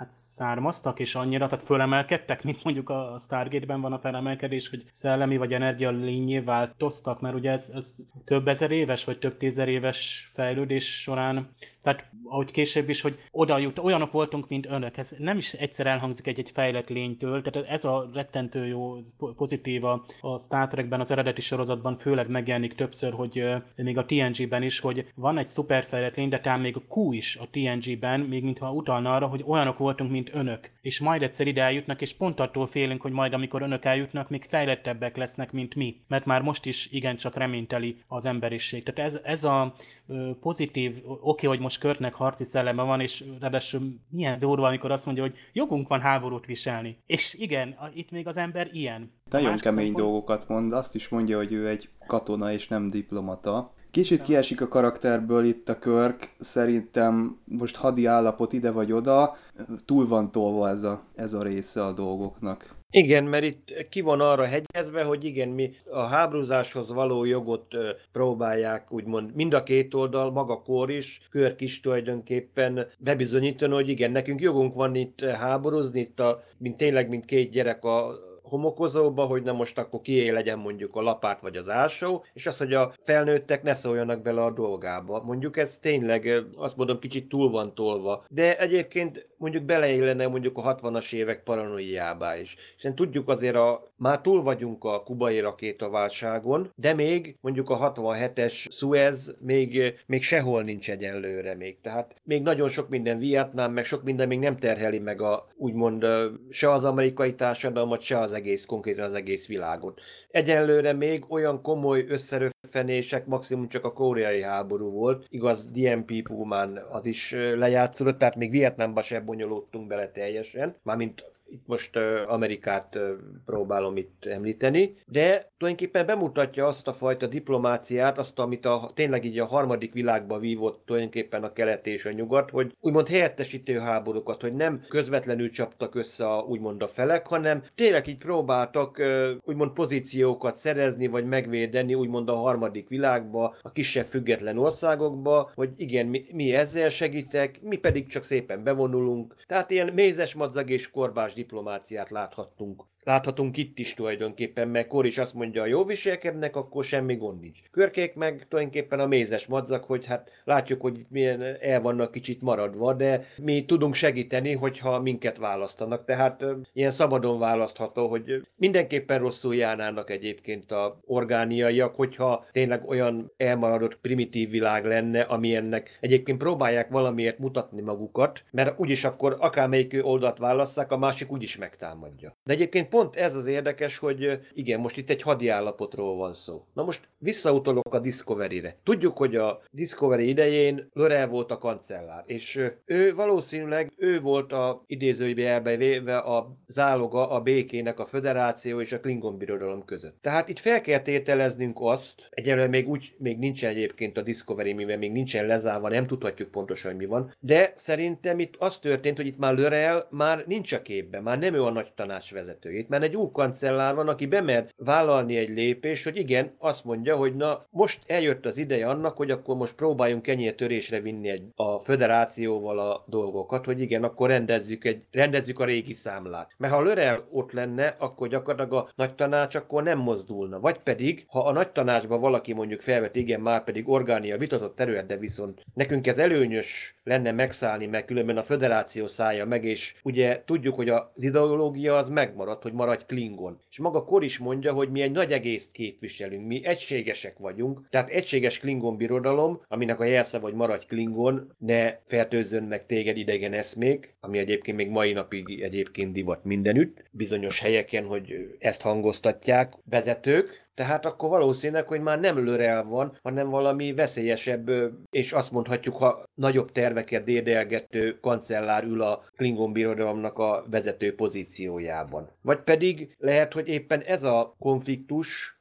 hát származtak, és annyira, tehát fölemelkedtek, mint mondjuk a Stargate-ben van a felemelkedés, hogy szellemi vagy energia lényé változtak, mert ugye ez, ez több ezer éves, vagy több tízezer éves fejlődés során, tehát ahogy később is, hogy oda jut, olyanok voltunk, mint önök. Ez nem is egyszer elhangzik egy-egy fejlett lénytől, tehát ez a rettentő jó, pozitív a, a Star Trekben, az eredeti sorozatban főleg megjelenik többször, hogy uh, még a té en gé-ben is, hogy van egy szuperfejlett lény, de talán még a Q is a té en gé-ben, még mintha utalna arra, hogy olyanok voltunk, mint önök. És majd egyszer ide eljutnak, és pont attól félünk, hogy majd amikor önök eljutnak, még fejlettebbek lesznek, mint mi. Mert már most is igencsak reményteli az emberiség. Tehát ez, ez a uh, pozitív, oké, okay, hogy most Kirknek harci szelleme van, és ráadásul milyen durva, amikor azt mondja, hogy jogunk van háborút viselni. És igen, itt még az ember ilyen.
Nagyon kemény szempont... dolgokat mond, azt is mondja, hogy ő egy katona és nem diplomata. Kicsit kiesik a karakterből itt a Kirk, szerintem most hadi állapot ide vagy oda, túl van tolva ez a, ez a része a dolgoknak.
Igen, mert itt ki van arra hegyezve, hogy igen, mi a háborúzáshoz való jogot próbálják, úgymond mind a két oldal, maga Kor is, Kirk is tulajdonképpen bebizonyítani, hogy igen, nekünk jogunk van itt háborúzni, itt a, mint tényleg, mint két gyerek a homokozóba, hogy na most akkor kié legyen mondjuk a lapát vagy az ásó, és az, hogy a felnőttek ne szóljanak bele a dolgába. Mondjuk ez tényleg, azt mondom, kicsit túl van tolva. De egyébként mondjuk beleillene mondjuk a hatvanas évek paranoiába is. Hiszen tudjuk azért, a, már túl vagyunk a kubai rakétaválságon, de még mondjuk a hatvanhetes Suez még, még sehol nincs egyenlőre még. Tehát még nagyon sok minden Vietnám, meg sok minden még nem terheli meg a úgymond se az amerikai társadalmat, se az egész, konkrétan az egész világot. Egyenlőre még olyan komoly összeröffenések, maximum csak a koreai háború volt, igaz, dé em pé Pullman az is lejátszódott, tehát még Vietnámba sem bonyolódtunk bele teljesen, mármint itt most uh, Amerikát uh, próbálom itt említeni, de tulajdonképpen bemutatja azt a fajta diplomáciát, azt, amit a, tényleg így a harmadik világba vívott tulajdonképpen a kelet és a nyugat, hogy úgymond helyettesítő háborúkat, hogy nem közvetlenül csaptak össze a, úgymond a felek, hanem tényleg így próbáltak uh, úgymond pozíciókat szerezni, vagy megvédeni úgymond a harmadik világba, a kisebb független országokba, hogy igen, mi, mi ezzel segítek, mi pedig csak szépen bevonulunk. Tehát ilyen mézes madzag és korbás diplomáciát láthattunk. Láthatunk itt is tulajdonképpen, mert Kor is azt mondja, ha jól viselkednek, akkor semmi gond nincs. Körkék meg tulajdonképpen a mézes madzag, hogy hát látjuk, hogy milyen el vannak kicsit maradva, de mi tudunk segíteni, hogyha minket választanak. Tehát ilyen szabadon választható, hogy mindenképpen rosszul járnának egyébként a orgániaiak, hogyha tényleg olyan elmaradott primitív világ lenne, amilyennek egyébként próbálják valamiért mutatni magukat, mert úgyis akkor akármelyik oldalt válasszák, a másik úgyis megtámadja. De egyébként pont ez az érdekes, hogy igen, most itt egy hadi állapotról van szó. Na most visszautalok a Discovery-re. Tudjuk, hogy a Discovery idején L'Rell volt a kancellár, és ő valószínűleg ő volt a idézőjelbe véve a záloga a békének a föderáció és a Klingon birodalom között. Tehát itt fel kell tételeznünk azt, egyelőre még úgy, még nincsen egyébként a Discovery, mivel még nincsen lezárva, nem tudhatjuk pontosan, hogy mi van, de szerintem itt az történt, hogy itt már L'Rell már nincs a képben, már nem ő a nagy tanács vezetője. Itt már egy új kancellár van, aki bemer vállalni egy lépést, hogy igen, azt mondja, hogy na, most eljött az ideje annak, hogy akkor most próbáljunk kenyértörésre vinni egy, a föderációval a dolgokat, hogy igen, akkor rendezzük, egy, rendezzük a régi számlát. Mert ha L'Rell ott lenne, akkor gyakorlatilag a nagy tanács akkor nem mozdulna. Vagy pedig, ha a nagy tanácsban valaki mondjuk felvet, igen, már pedig Orgánia vitatott terület, de viszont nekünk ez előnyös lenne megszállni, mert különben a föderáció szállja meg, és ugye tudjuk, hogy az ideológia az megmaradt, hogy maradj Klingon. És maga Kor is mondja, hogy mi egy nagy egészt képviselünk, mi egységesek vagyunk, tehát egységes Klingon birodalom, aminek a jelszava, hogy maradj Klingon, ne fertőzzön meg téged idegen eszmék, ami egyébként még mai napig egyébként divat mindenütt, bizonyos helyeken, hogy ezt hangoztatják vezetők, tehát akkor valószínűleg, hogy már nem L'Rell van, hanem valami veszélyesebb, és azt mondhatjuk, ha nagyobb terveket dédelgető kancellár ül a Klingon birodalomnak a vezető pozíciójában. Vagy pedig lehet, hogy éppen ez a konfliktus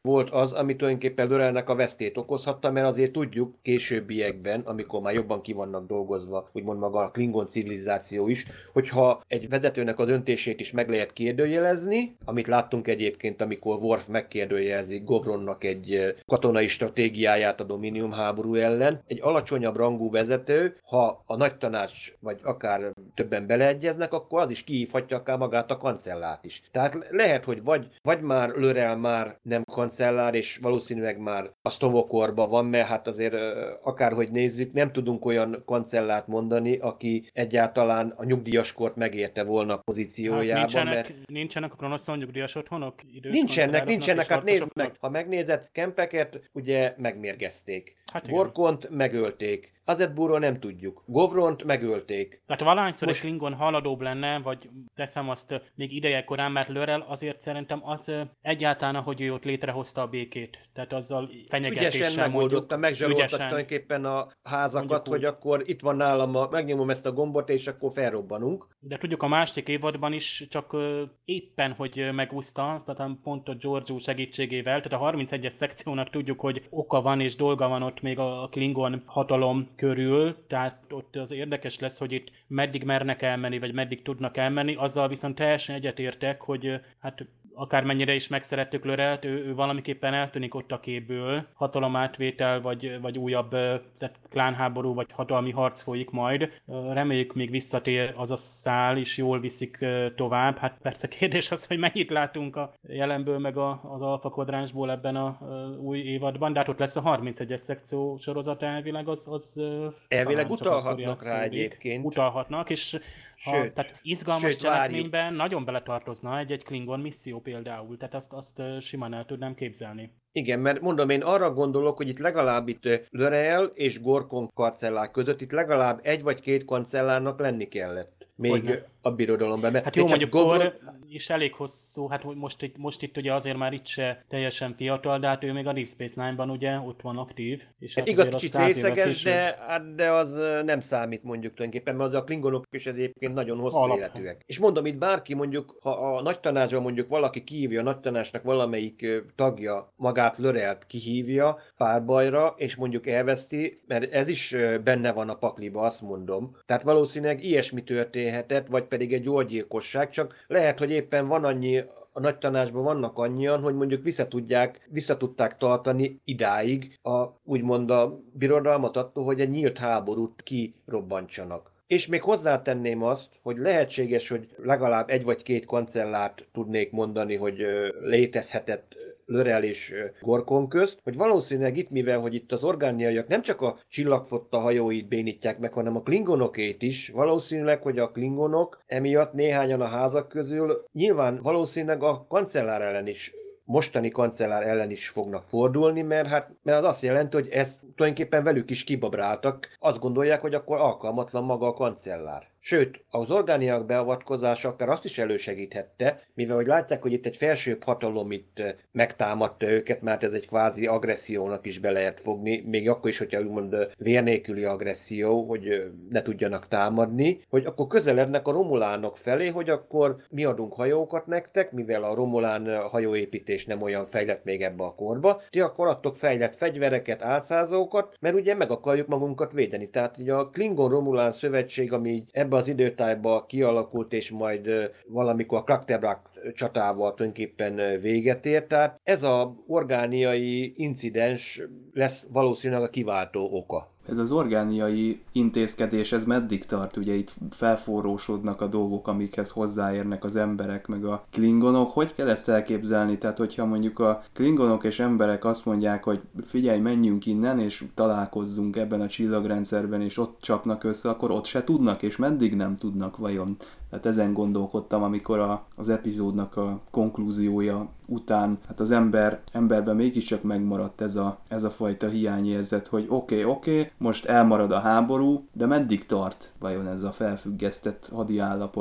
volt az, ami tulajdonképpen Lorelnek a vesztét okozhatta, mert azért tudjuk későbbiekben, amikor már jobban ki vannak dolgozva, úgymond maga a Klingon civilizáció is, hogyha egy vezetőnek a döntését is meg lehet kérdőjelezni, amit láttunk egyébként, amikor Worf megkérdőjelezi Gowronnak egy katonai stratégiáját a Dominium háború ellen, egy alacsonyabb rangú vezető, ha a nagy tanács vagy akár többen beleegyeznek, akkor az is kihívhatja akár magát a kancellárt is. Tehát lehet, hogy vagy, vagy már Lorel már nem kancellár, és valószínűleg már a Stovokorban van, mert hát azért akárhogy nézzük, nem tudunk olyan kancellárt mondani, aki egyáltalán a nyugdíjaskort megérte volna a pozíciójában. Hát
nincsenek,
mert...
nincsenek a Kronoszon nyugdíjas otthonok?
Nincsenek, nincsenek, hát nézd meg, ha megnézed, Kempeket ugye megmérgezték. Hát Gorkont megölték. Azetbúról nem tudjuk. Govront megölték.
Tehát valahányszor Most... egy Klingon haladóbb lenne, vagy teszem azt még ideje korán, mert Lorel azért szerintem az egyáltalán, ahogy ő ott létrehozta a békét. Tehát azzal fenyegetéssel
ügyesen megoldotta, megzsarolta tulajdonképpen a házakat, hogy akkor itt van nálam, a, megnyomom ezt a gombot, és akkor felrobbanunk.
De tudjuk, a második évadban is csak éppen, hogy megúszta, tehát pont a Georgiou segítségével, tehát a harmincegyes szekciónak tudjuk, hogy oka van és dolga van ott még a Klingon hatalom körül, tehát ott az érdekes lesz, hogy itt meddig mernek elmenni, vagy meddig tudnak elmenni, azzal viszont teljesen egyetértek, hogy hát akármennyire is megszerettük Lorelt, ő, ő valamiképpen eltűnik ott a képből, hatalomátvétel, vagy, vagy újabb tehát klánháború, vagy hatalmi harc folyik majd. Reméljük még visszatér az a szál, és jól viszik tovább. Hát persze kérdés az, hogy mennyit látunk a jelenből, meg a, az Alpha Quadránsból ebben a, a új évadban, de hát ott lesz a harmincegyes szekció sorozat elvileg, az... az
elvileg utalhatnak rá egyébként.
Utalhatnak, és ha, sőt, tehát izgalmas cselekményben várjuk. Nagyon beletartozna egy-egy Klingon misszió például, tehát azt, azt simán el tudnám képzelni.
Igen, mert mondom, én arra gondolok, hogy itt legalább itt Lorel és Gorkon kancellár között itt legalább egy vagy két kancellárnak lenni kellett. Még Hogyne. A birodalomban.
Hát jó, mondjuk Gobron... Kor is elég hosszú, hát most itt, most itt ugye azért már itt se teljesen fiatal, de hát ő még a Deep Space Nine-ban ugye ott van aktív. És
hát hát igaz, kicsit részeges, de, de az nem számít mondjuk tulajdonképpen, mert az a Klingonok is egyébként nagyon hosszú Alap. életűek. És mondom, itt bárki mondjuk, ha a nagy tanácsban mondjuk valaki kihívja a nagy tanácsnak valamelyik tagja magát Lorelt kihívja párbajra, és mondjuk elveszti, mert ez is benne van a pakliba, azt mondom. Tehát valószínűleg ilyesmi történhetett, vagy pedig egy orgyilkosság, csak lehet, hogy éppen van annyi, a nagy tanácsban vannak annyian, hogy mondjuk visszatudják, visszatudták tartani idáig a, úgymond a birodalmat attól, hogy egy nyílt háborút kirobbantsanak. És még hozzátenném azt, hogy lehetséges, hogy legalább egy vagy két kancellárt tudnék mondani, hogy létezhetett Lorel és Gorkon közt, hogy valószínűleg itt, mivel hogy itt az orgániaiak nem csak a csillagfotta hajóit bénítják meg, hanem a klingonokét is, valószínűleg, hogy a klingonok emiatt néhányan a házak közül nyilván valószínűleg a kancellár ellen is mostani kancellár ellen is fognak fordulni, mert, hát, mert az azt jelenti, hogy ezt tulajdonképpen velük is kibabráltak. Azt gondolják, hogy akkor alkalmatlan maga a kancellár. Sőt, az orgániak beavatkozása akár azt is elősegíthette, mivel hogy látják, hogy itt egy felsőbb hatalom itt megtámadta őket, mert ez egy kvázi agressziónak is be lehet fogni, még akkor is, hogyha úgymond vér nélküli agresszió, hogy ne tudjanak támadni, hogy akkor közelednek a romulánok felé, hogy akkor mi adunk hajókat nektek, mivel a romulán hajóépítés nem olyan fejlett még ebbe a korba, ti akkor adtok fejlett fegyvereket, álcázókat, mert ugye meg akarjuk magunkat védeni. Tehát ugye a Klingon-Romulán szövetség, ami így ebbe az időtájban kialakult, és majd valamikor a Klaktebrak csatával tulajdonképpen véget ért. Tehát ez az orgániai incidens lesz valószínűleg a kiváltó oka.
Ez az orgániai intézkedés, ez meddig tart? Ugye itt felforrósodnak a dolgok, amikhez hozzáérnek az emberek, meg a klingonok. Hogy kell ezt elképzelni? Tehát, hogyha mondjuk a klingonok és emberek azt mondják, hogy figyelj, menjünk innen, és találkozzunk ebben a csillagrendszerben, és ott csapnak össze, akkor ott se tudnak, és meddig nem tudnak vajon? Tehát ezen gondolkodtam, amikor a, az epizódnak a konklúziója után, hát az ember, emberben mégiscsak megmaradt ez a, ez a fajta hiányérzet, hogy oké, okay, oké, okay, most elmarad a háború, de meddig tart vajon ez a felfüggesztett hadiállapot?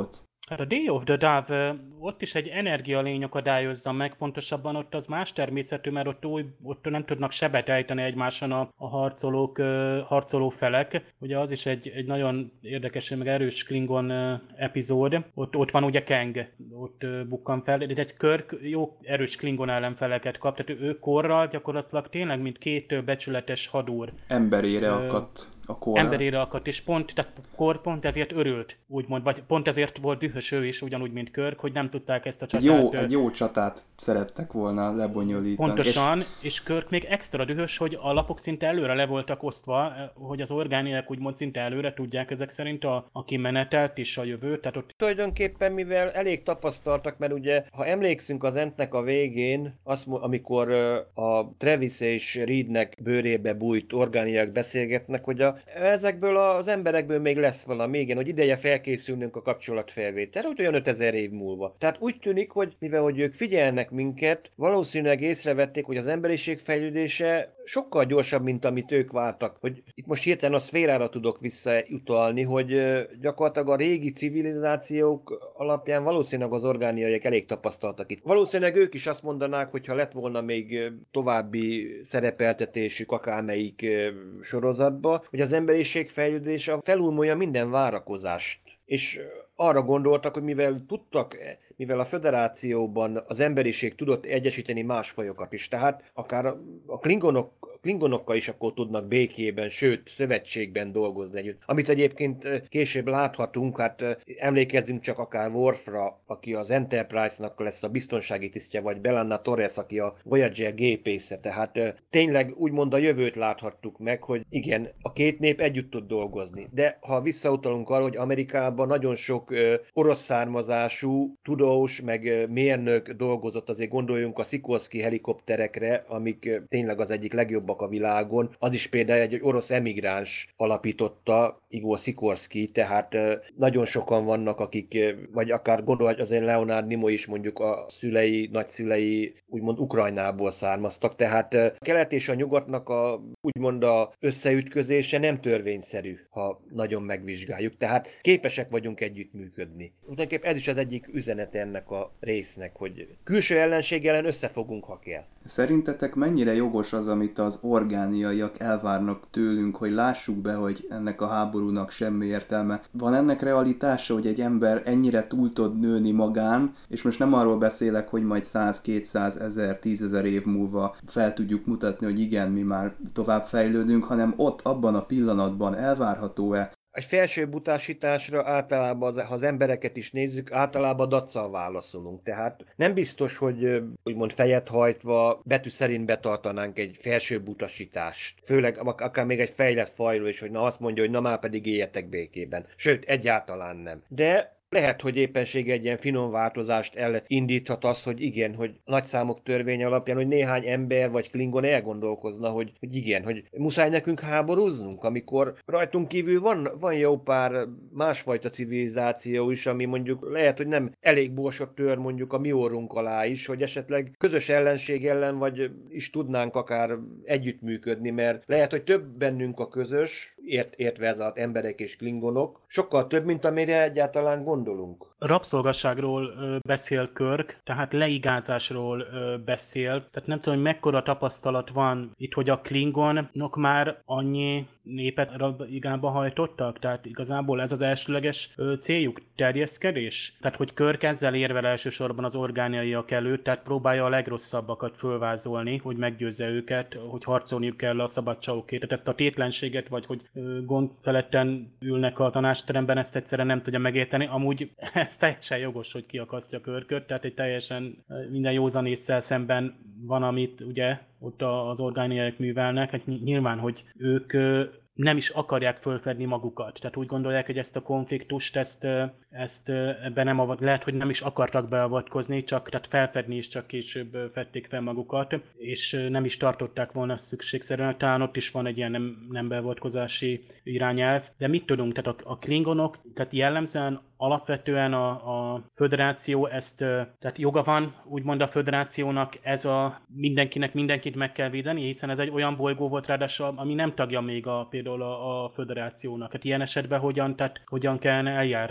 Hát a Day of the Dove, ott is egy energialény akadályozza meg, pontosabban ott az más természetű, mert ott, új, ott nem tudnak sebet ejteni egymáson a, a harcolók, harcoló felek. Ugye az is egy, egy nagyon érdekes, meg erős Klingon epizód. Ott, ott van ugye Kang, ott bukkan fel, de egy Kirk jó erős Klingon ellenfeleket kap, tehát ő korral gyakorlatilag tényleg, mint két becsületes hadúr.
Emberére Ö... akadt.
Emberére akadt, és pont, tehát Kor pont ezért örült, úgymond, vagy pont ezért volt dühös ő is, ugyanúgy, mint Kirk, hogy nem tudták ezt a csatát...
Jó, egy jó csatát szerettek volna lebonyolítani.
Pontosan, és, és Kirk még extra dühös, hogy a lapok szinte előre le voltak osztva, hogy az orgániák úgymond szinte előre tudják ezek szerint a, a kimenetelt és a jövőt, tehát ott...
Tulajdonképpen, mivel elég tapasztaltak, mert ugye, ha emlékszünk az Entnek a végén, azt, amikor a Travis és Reednek bőrébe bújt orgániák beszélgetnek, hogy a ezekből az emberekből még lesz valami, igen, hogy ideje felkészülnünk a kapcsolatfelvételre, úgy olyan ötezer év múlva. Tehát úgy tűnik, hogy mivel hogy ők figyelnek minket, valószínűleg észrevették, hogy az emberiség fejlődése sokkal gyorsabb, mint amit ők vártak. Hogy itt most hirtelen a szférára tudok visszautalni, hogy gyakorlatilag a régi civilizációk alapján valószínűleg az orgániaiak elég tapasztaltak itt. Valószínűleg ők is azt mondanák, hogy ha lett volna még további szerepeltetésük akármelyik sorozatba, hogy az emberiség fejlődése felülmúlja minden várakozást. És arra gondoltak, hogy mivel tudtak, mivel a föderációban az emberiség tudott egyesíteni más fajokat is, tehát akár a klingonok, klingonokkal is akkor tudnak békében, sőt, szövetségben dolgozni együtt. Amit egyébként később láthatunk, hát emlékezzünk csak akár Worfra, aki az Enterprise-nak lesz a biztonsági tisztje, vagy B'Elanna Torres, aki a Voyager gépésze. Tehát tényleg úgymond a jövőt láthattuk meg, hogy igen, a két nép együtt tud dolgozni. De ha visszautalunk arra, hogy Amerikában nagyon sok ö, orosz származású tudós, meg mérnök dolgozott, azért gondoljunk a Sikorsky helikopterekre, amik ö, tényleg az egyik legjobbak a világon. Az is például egy, egy orosz emigráns alapította, Igor Sikorsky, tehát ö, nagyon sokan vannak, akik, ö, vagy akár gondolj, azért Leonard Nimoy is mondjuk a szülei, nagyszülei úgymond Ukrajnából származtak, tehát ö, a kelet és a nyugatnak a úgymond a összeütközése nem törvényszerű, ha nagyon megvizsgáljuk. Tehát képesek vagyunk együttműködni. Tulajdonképpen ez is az egyik üzenete ennek a résznek, hogy külső ellenség ellen összefogunk, ha kell.
Szerintetek mennyire jogos az, amit az orgániaiak elvárnak tőlünk, hogy lássuk be, hogy ennek a háborúnak semmi értelme? Van ennek realitása, hogy egy ember ennyire túl tud nőni magán, és most nem arról beszélek, hogy majd száz, kétszáz, ezer, tízezer év múlva fel tudjuk mutatni, hogy igen, mi már tovább fejlődünk, hanem ott, abban a pillanatban elvárható-e?
Egy felsőbb utasításra általában, ha az embereket is nézzük, általában daccal válaszolunk. Tehát nem biztos, hogy úgymond fejet hajtva betű szerint betartanánk egy felsőbb utasítást. Főleg akár még egy fejlett fajról is, hogy na azt mondja, hogy na már pedig éljetek békében. Sőt, egyáltalán nem. De lehet, hogy éppenséggel egy ilyen finom változást elindíthat az, hogy igen, hogy nagyszámok törvény alapján, hogy néhány ember vagy klingon elgondolkozna, hogy, hogy igen, hogy muszáj nekünk háborúznunk, amikor rajtunk kívül van, van jó pár másfajta civilizáció is, ami mondjuk lehet, hogy nem elég borsot tör mondjuk a mi orrunk alá is, hogy esetleg közös ellenség ellen vagy is tudnánk akár együttműködni, mert lehet, hogy több bennünk a közös, ért, értve ez az emberek és klingonok, sokkal több, mint amire egyáltalán gondolunk. Gondolunk.
Rabszolgasságról ö, beszél Kirk, tehát leigázásról ö, beszél. Tehát nem tudom, hogy mekkora tapasztalat van itt, hogy a Klingonok már annyi népet rabigába hajtottak, tehát igazából ez az elsőleges ö, céljuk, terjeszkedés. Tehát, hogy Kirk ezzel érvel elsősorban az orgániaiak előtt, tehát próbálja a legrosszabbakat fölvázolni, hogy meggyőzze őket, hogy harcolniuk kell a szabadságokért. Tehát a tétlenséget, vagy hogy ö, gond feletten ülnek a tanácsteremben, ezt egyszerűen nem tudja megérteni. Amúgy ez teljesen jogos, hogy kiakasztja Kirköt, tehát egy teljesen minden józanésszel szemben van, amit ugye ott az orgániaiak művelnek. Hát nyilván, hogy ők nem is akarják fölfedni magukat. Tehát úgy gondolják, hogy ezt a konfliktust, ezt, ezt ebben nem avat, lehet, hogy nem is akartak beavatkozni, csak tehát felfedni is csak később fedték fel magukat, és nem is tartották volna szükségszerűen. Talán ott is van egy ilyen nem, nem beavatkozási irányelv. De mit tudunk? Tehát a, a klingonok, tehát jellemzően alapvetően a, a föderáció ezt, tehát joga van, úgymond a föderációnak, ez a mindenkinek mindenkit meg kell védeni, hiszen ez egy olyan bolygó volt ráadásul, ami nem tagja még a, például a, a föderációnak. Hát ilyen esetben hogyan, tehát hogyan kellene eljárni? Mondjuk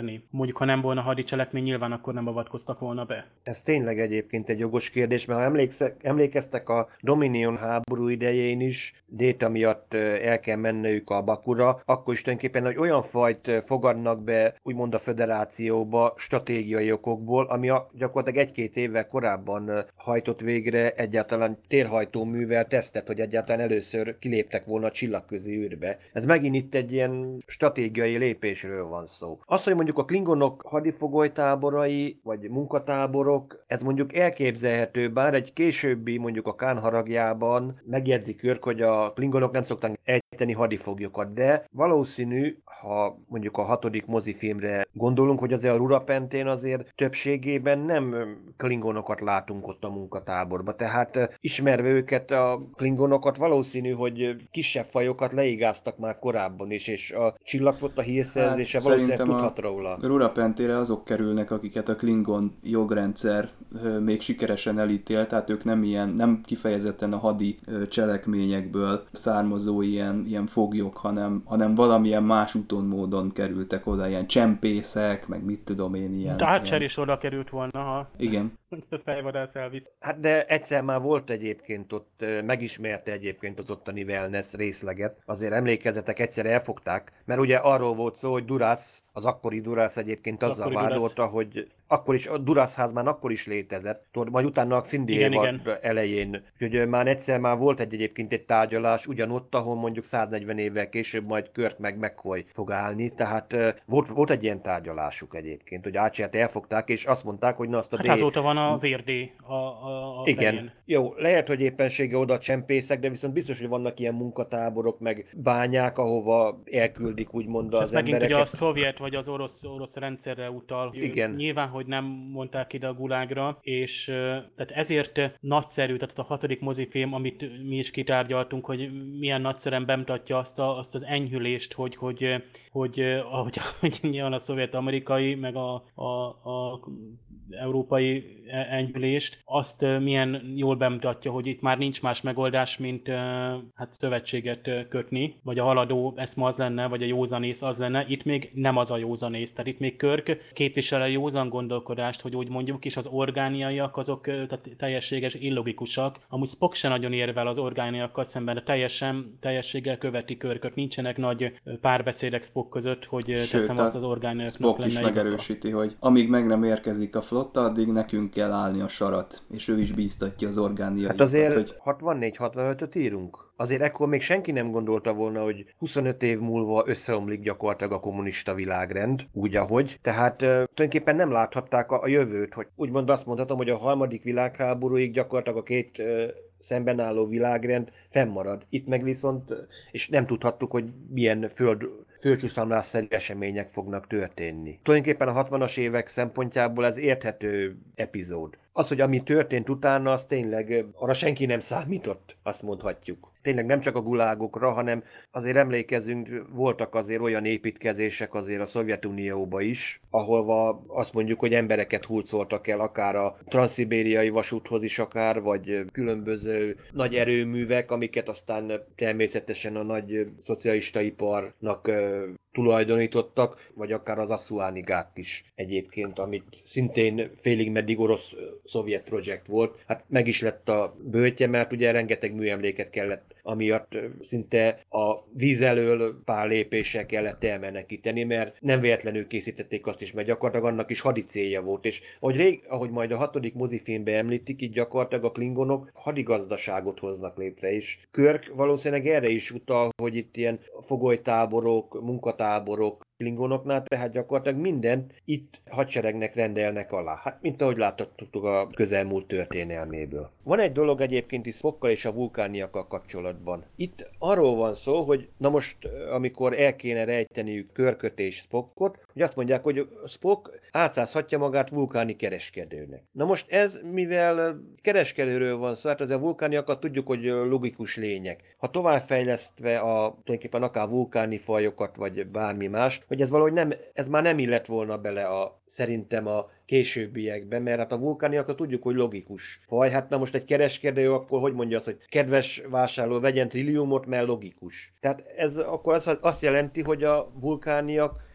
mondjuk ha nem volna hadicselekmény, nyilván akkor nem avatkoztak volna be.
Ez tényleg egyébként egy jogos kérdés, mert ha emlékszek, emlékeztek a Dominion háború idején is, Déta miatt el kell menniük a Bakura, akkor is tulajdonképpen hogy olyan fajt fogadnak be, úgymond a föderációba stratégiai okokból, ami a, gyakorlatilag egy-két évvel korábban hajtott végre egyáltalán térhajtóművel tesztet, hogy egyáltalán először kiléptek volna a csillagközi űrbe. Ez megint itt egy ilyen stratégiai lépésről van szó. Az, hogy mondjuk a klingonok hadifogolytáborai, vagy munkatáborok, ez mondjuk elképzelhető, bár egy későbbi, mondjuk a Kán haragjában megjegyzi Kirk, hogy a klingonok nem szoktak ejteni hadifoglyokat, de valószínű, ha mondjuk a hatodik mozifilmre gondolunk, hogy azért a Rurapentén azért többségében nem klingonokat látunk ott a munkatáborban. Tehát ismerve őket, a klingonokat valószínű, hogy kisebb fajokat leigáztak már korábban is, és a csillagflotta hírszerzése hát, valószínűleg tudhat róla.
Rurapentére azok kerülnek, akiket a klingon jogrendszer még sikeresen elítélt, tehát ők nem ilyen, nem kifejezetten a hadi cselekményekből származó ilyen, ilyen foglyok, hanem, hanem valamilyen más úton módon kerültek oda, ilyen csempészek, meg mit tudom én, ilyen...
De Archer is oda került volna, ha...
Igen.
Fejvadász elvisz.
Hát de egyszer már volt egyébként ott, megismerte egyébként az ottani wellness részleget. Azért emlékezzetek, egyszer elfogták, mert ugye arról volt szó, hogy Duras, az akkori Duras egyébként
az
azzal vádolta, hogy akkor is, a Duras ház már akkor is létezett, tudod, majd utána a Xindi elején. Úgyhogy már egyszer már volt egy egyébként egy tárgyalás ugyanott, ahol mondjuk száznegyven évvel később majd Kirk meg McCoy fog állni, tehát volt, volt egy ilyen tárgyalásuk egyébként, hogy Archert elfogták, és azt mondták, hogy na azt a
hát
D...
azóta van a vérdé a, a, a
Igen.
fején.
Jó, lehet, hogy éppensége oda csempészek, de viszont biztos, hogy vannak ilyen munkatáborok, meg bányák, ahova elküldik úgymond az
megint
embereket.
ugye a szovjet vagy az orosz, orosz rendszerre utal.
Igen.
Nyilván, hogy nem mondták ide a gulágra, és tehát ezért nagyszerű, tehát a hatodik mozifilm, amit mi is kitárgyaltunk, hogy milyen nagyszerűen bemutatja azt, a, azt az enyhülést, hogy, hogy, hogy ahogy, ahogy nyilván a szovjet-amerikai, meg a, a, a európai enyhülést, azt milyen jól bemutatja, hogy itt már nincs más megoldás, mint hát szövetséget kötni, vagy a haladó eszme az lenne, vagy a józanész az lenne. Itt még nem az a józanész, tehát itt még Kirk képvisel a józan gondolkodást, hogy úgy mondjuk, és az orgániaiak azok tehát teljességes, illogikusak. Amúgy Spock se nagyon érvel az orgániakkal szemben, de teljesen, teljességgel követi Kirköt. Nincsenek nagy párbeszédek Spock között, hogy
Sőt,
teszem azt az orgániaknak lenne
Spock is megerősíti, igaza. Hogy amíg meg nem érkezik a flotta, addig nekünk kell állni a sarat, és ő is bíztatja az orgániaiakat.
Hát azért
hogy...
hatvannégy hatvanötöt írunk. Azért ekkor még senki nem gondolta volna, hogy huszonöt év múlva összeomlik gyakorlatilag a kommunista világrend, úgy ahogy. Tehát tulajdonképpen nem láthatták a, a jövőt, hogy úgymond azt mondhatom, hogy a harmadik világháborúig gyakorlatilag a két szemben álló világrend fennmarad. Itt meg viszont, és nem tudhattuk, hogy milyen föld, földcsúszamlásszerű események fognak történni. Tulajdonképpen a hatvanas évek szempontjából ez érthető epizód. Az, hogy ami történt utána, az tényleg arra senki nem számított, azt mondhatjuk. Tényleg nem csak a gulágokra, hanem azért emlékezünk, voltak azért olyan építkezések azért a Szovjetunióba is, ahol azt mondjuk, hogy embereket hurcoltak el, akár a transzszibériai vasúthoz is akár, vagy különböző nagy erőművek, amiket aztán természetesen a nagy szocialista iparnak tulajdonítottak, vagy akár az Assuáni gát is egyébként, amit szintén félig meddig orosz-szovjet projekt volt. Hát meg is lett a böjtje, mert ugye rengeteg műemléket kellett, amiatt szinte a víz elől pár lépéssel kellett elmenekíteni, mert nem véletlenül készítették azt is, mert gyakorlatilag annak is hadi célja volt. És ahogy, rég, ahogy majd a hatodik mozifilmben említik, így gyakorlatilag a klingonok hadigazdaságot hoznak létre, és Kirk valószínűleg erre is utal, hogy itt ilyen fogolytáborok, munkatáborok, klingonoknál, tehát gyakorlatilag mindent itt hadseregnek rendelnek alá. Hát, mint ahogy láthattuk a közelmúlt történelméből. Van egy dolog egyébként is Spockkal és a vulkániakkal kapcsolatban. Itt arról van szó, hogy na most, amikor el kéne rejteniük Kirköt és Spockot, hogy azt mondják, hogy Spock átszázhatja magát vulkáni kereskedőnek. Na most ez, mivel kereskedőről van szó, hát az a vulkániakat tudjuk, hogy logikus lények. Ha továbbfejlesztve a tulajdonképpen akár vulkáni fajokat, vagy bármi más, hogy ez valahogy nem, ez már nem illett volna bele a, szerintem a későbbiekben, mert hát a vulkániakat tudjuk, hogy logikus faj. Hát na most egy kereskedő akkor hogy mondja azt, hogy kedves vásárló, vegyen trilliumot, mert logikus. Tehát ez akkor azt, azt jelenti, hogy a vulkániak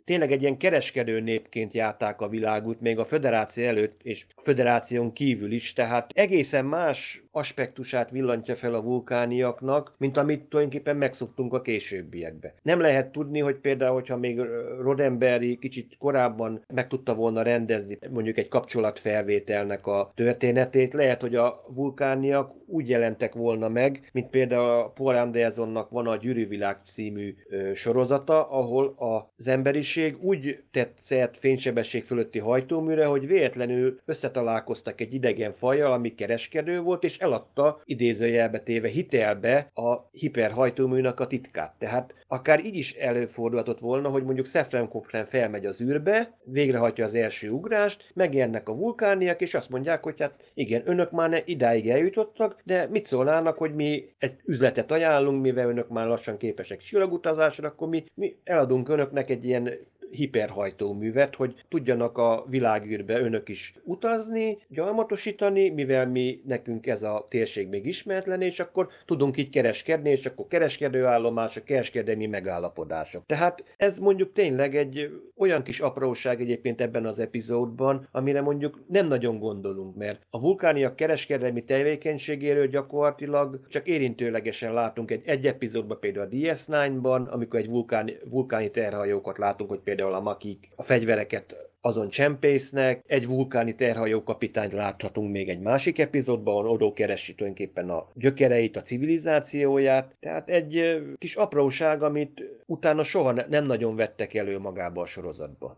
tényleg egy ilyen kereskedő népként járták a világot, még a föderáció előtt és a föderáción kívül is, tehát egészen más aspektusát villantja fel a vulkániaknak, mint amit tulajdonképpen megszoktunk a későbbiekbe. Nem lehet tudni, hogy például, hogyha még Roddenberry kicsit korábban meg tudta volna rendezni mondjuk egy kapcsolatfelvételnek a történetét, lehet, hogy a vulkániak úgy jelentek volna meg, mint például a Paul Andersonnak van a Gyűrűvilág című ö, sorozata, ahol az emberiség úgy tett szert fénysebesség fölötti hajtóműre, hogy véletlenül összetalálkoztak egy idegen fajjal, ami kereskedő volt, és eladta idézőjelbe téve hitelbe a hiperhajtóműnek a titkát. Tehát akár így is előfordulhatott volna, hogy mondjuk Zefram Cochrane felmegy az űrbe, végrehajtja az első ugrást, megjelennek a vulkániak, és azt mondják, hogy hát igen, önök már ne idáig eljutottak, de mit szólnának, hogy mi egy üzletet ajánlunk, mivel önök már lassan képesek csillagutazásra, akkor mi, mi eladunk önöknek egy ilyen hiperhajtóművet, hogy tudjanak a világűrbe önök is utazni, gyarmatosítani, mivel mi nekünk ez a térség még ismeretlen, és akkor tudunk így kereskedni, és akkor kereskedőállomások, kereskedelmi megállapodások. Tehát ez mondjuk tényleg egy olyan kis apróság egyébként ebben az epizódban, amire mondjuk nem nagyon gondolunk, mert a vulkániak kereskedelmi tevékenységéről gyakorlatilag csak érintőlegesen látunk egy, egy epizódban, például a D S kilencben, amikor egy vulkáni, vulkáni terhajókat látunk, hogy például a makik a fegyvereket azon csempésznek, egy vulkáni terhajó kapitányt láthatunk még egy másik epizódban, Odo keresi tulajdonképpen a gyökereit, a civilizációját, tehát egy kis apróság, amit utána soha ne, nem nagyon vettek elő magába a sorozatba.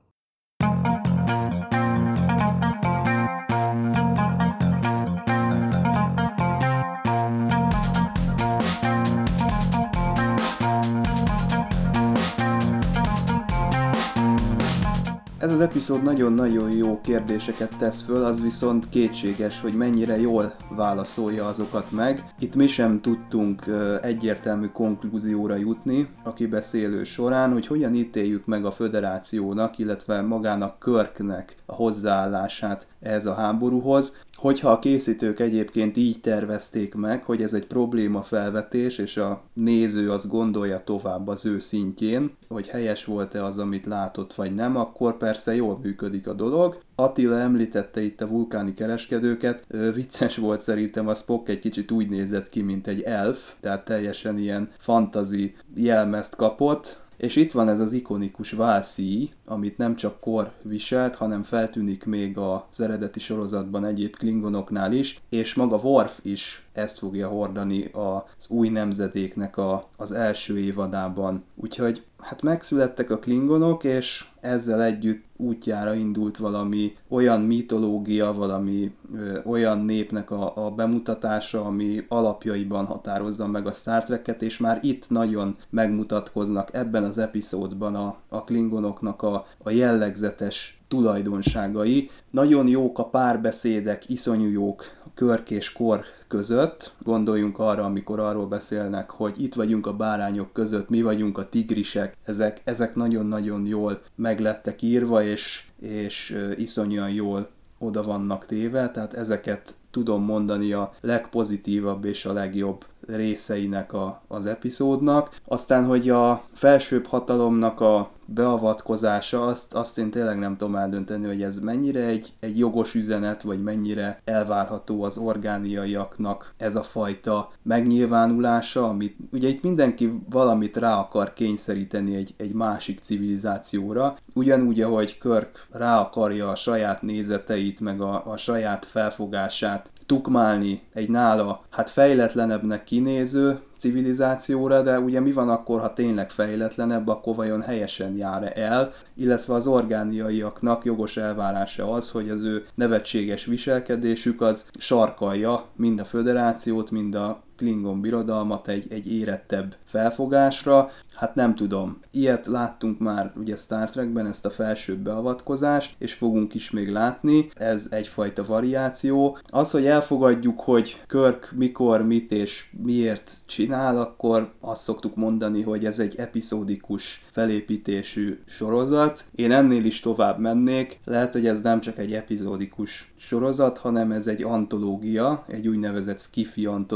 Ez az epizód nagyon-nagyon jó kérdéseket tesz föl, az viszont kétséges, hogy mennyire jól válaszolja azokat meg. Itt mi sem tudtunk egyértelmű konklúzióra jutni a kibeszélő során, hogy hogyan ítéljük meg a föderációnak, illetve magának Kirknek a hozzáállását ehhez a háborúhoz. Hogyha a készítők egyébként így tervezték meg, hogy ez egy problémafelvetés, és a néző azt gondolja tovább az ő szintjén, hogy helyes volt-e az, amit látott, vagy nem, akkor persze jól működik a dolog. Attila említette itt a vulkáni kereskedőket, vicces volt szerintem, a Spock egy kicsit úgy nézett ki, mint egy elf, tehát teljesen ilyen fantasy jelmezt kapott. És itt van ez az ikonikus válszíj, amit nem csak Kor viselt, hanem feltűnik még az eredeti sorozatban egyéb klingonoknál is, és maga Worf is ezt fogja hordani az új nemzedéknek a, az első évadában. Úgyhogy hát megszülettek a klingonok, és ezzel együtt útjára indult valami olyan mitológia, valami ö, olyan népnek a, a bemutatása, ami alapjaiban határozza meg a Star Trek-et, és már itt nagyon megmutatkoznak ebben az epizódban a, a klingonoknak a, a jellegzetes tulajdonságai. Nagyon jók a párbeszédek, iszonyú jók Kirk és Kor között. Gondoljunk arra, amikor arról beszélnek, hogy itt vagyunk a bárányok között, mi vagyunk a tigrisek. Ezek, ezek nagyon-nagyon jól meglettek írva, és, és iszonyúan jól oda vannak téve, tehát ezeket tudom mondani a legpozitívabb és a legjobb részeinek a, az epizódnak. Aztán, hogy a felsőbb hatalomnak a beavatkozása, azt, azt én tényleg nem tudom eldönteni, hogy ez mennyire egy, egy jogos üzenet, vagy mennyire elvárható az orgániaiaknak ez a fajta megnyilvánulása, amit ugye itt mindenki valamit rá akar kényszeríteni egy, egy másik civilizációra, ugyanúgy, ahogy Kirk rá akarja a saját nézeteit, meg a, a saját felfogását tukmálni egy nála hát fejletlenebbnek kinéző civilizációra, de ugye mi van akkor, ha tényleg fejletlenebb, akkor vajon helyesen jár el, illetve az orgániaiaknak jogos elvárása az, hogy az ő nevetséges viselkedésük az sarkalja mind a föderációt, mind a Klingon birodalmat egy, egy érettebb felfogásra. Hát nem tudom. Ilyet láttunk már ugye Star Trekben, ezt a felsőbb beavatkozást, és fogunk is még látni. Ez egyfajta variáció. Az, hogy elfogadjuk, hogy Kirk mikor, mit és miért csinál, akkor azt szoktuk mondani, hogy ez egy epizódikus felépítésű sorozat. Én ennél is tovább mennék. Lehet, hogy ez nem csak egy epizódikus sorozat, hanem ez egy antológia, egy úgynevezett sci-fi antológia,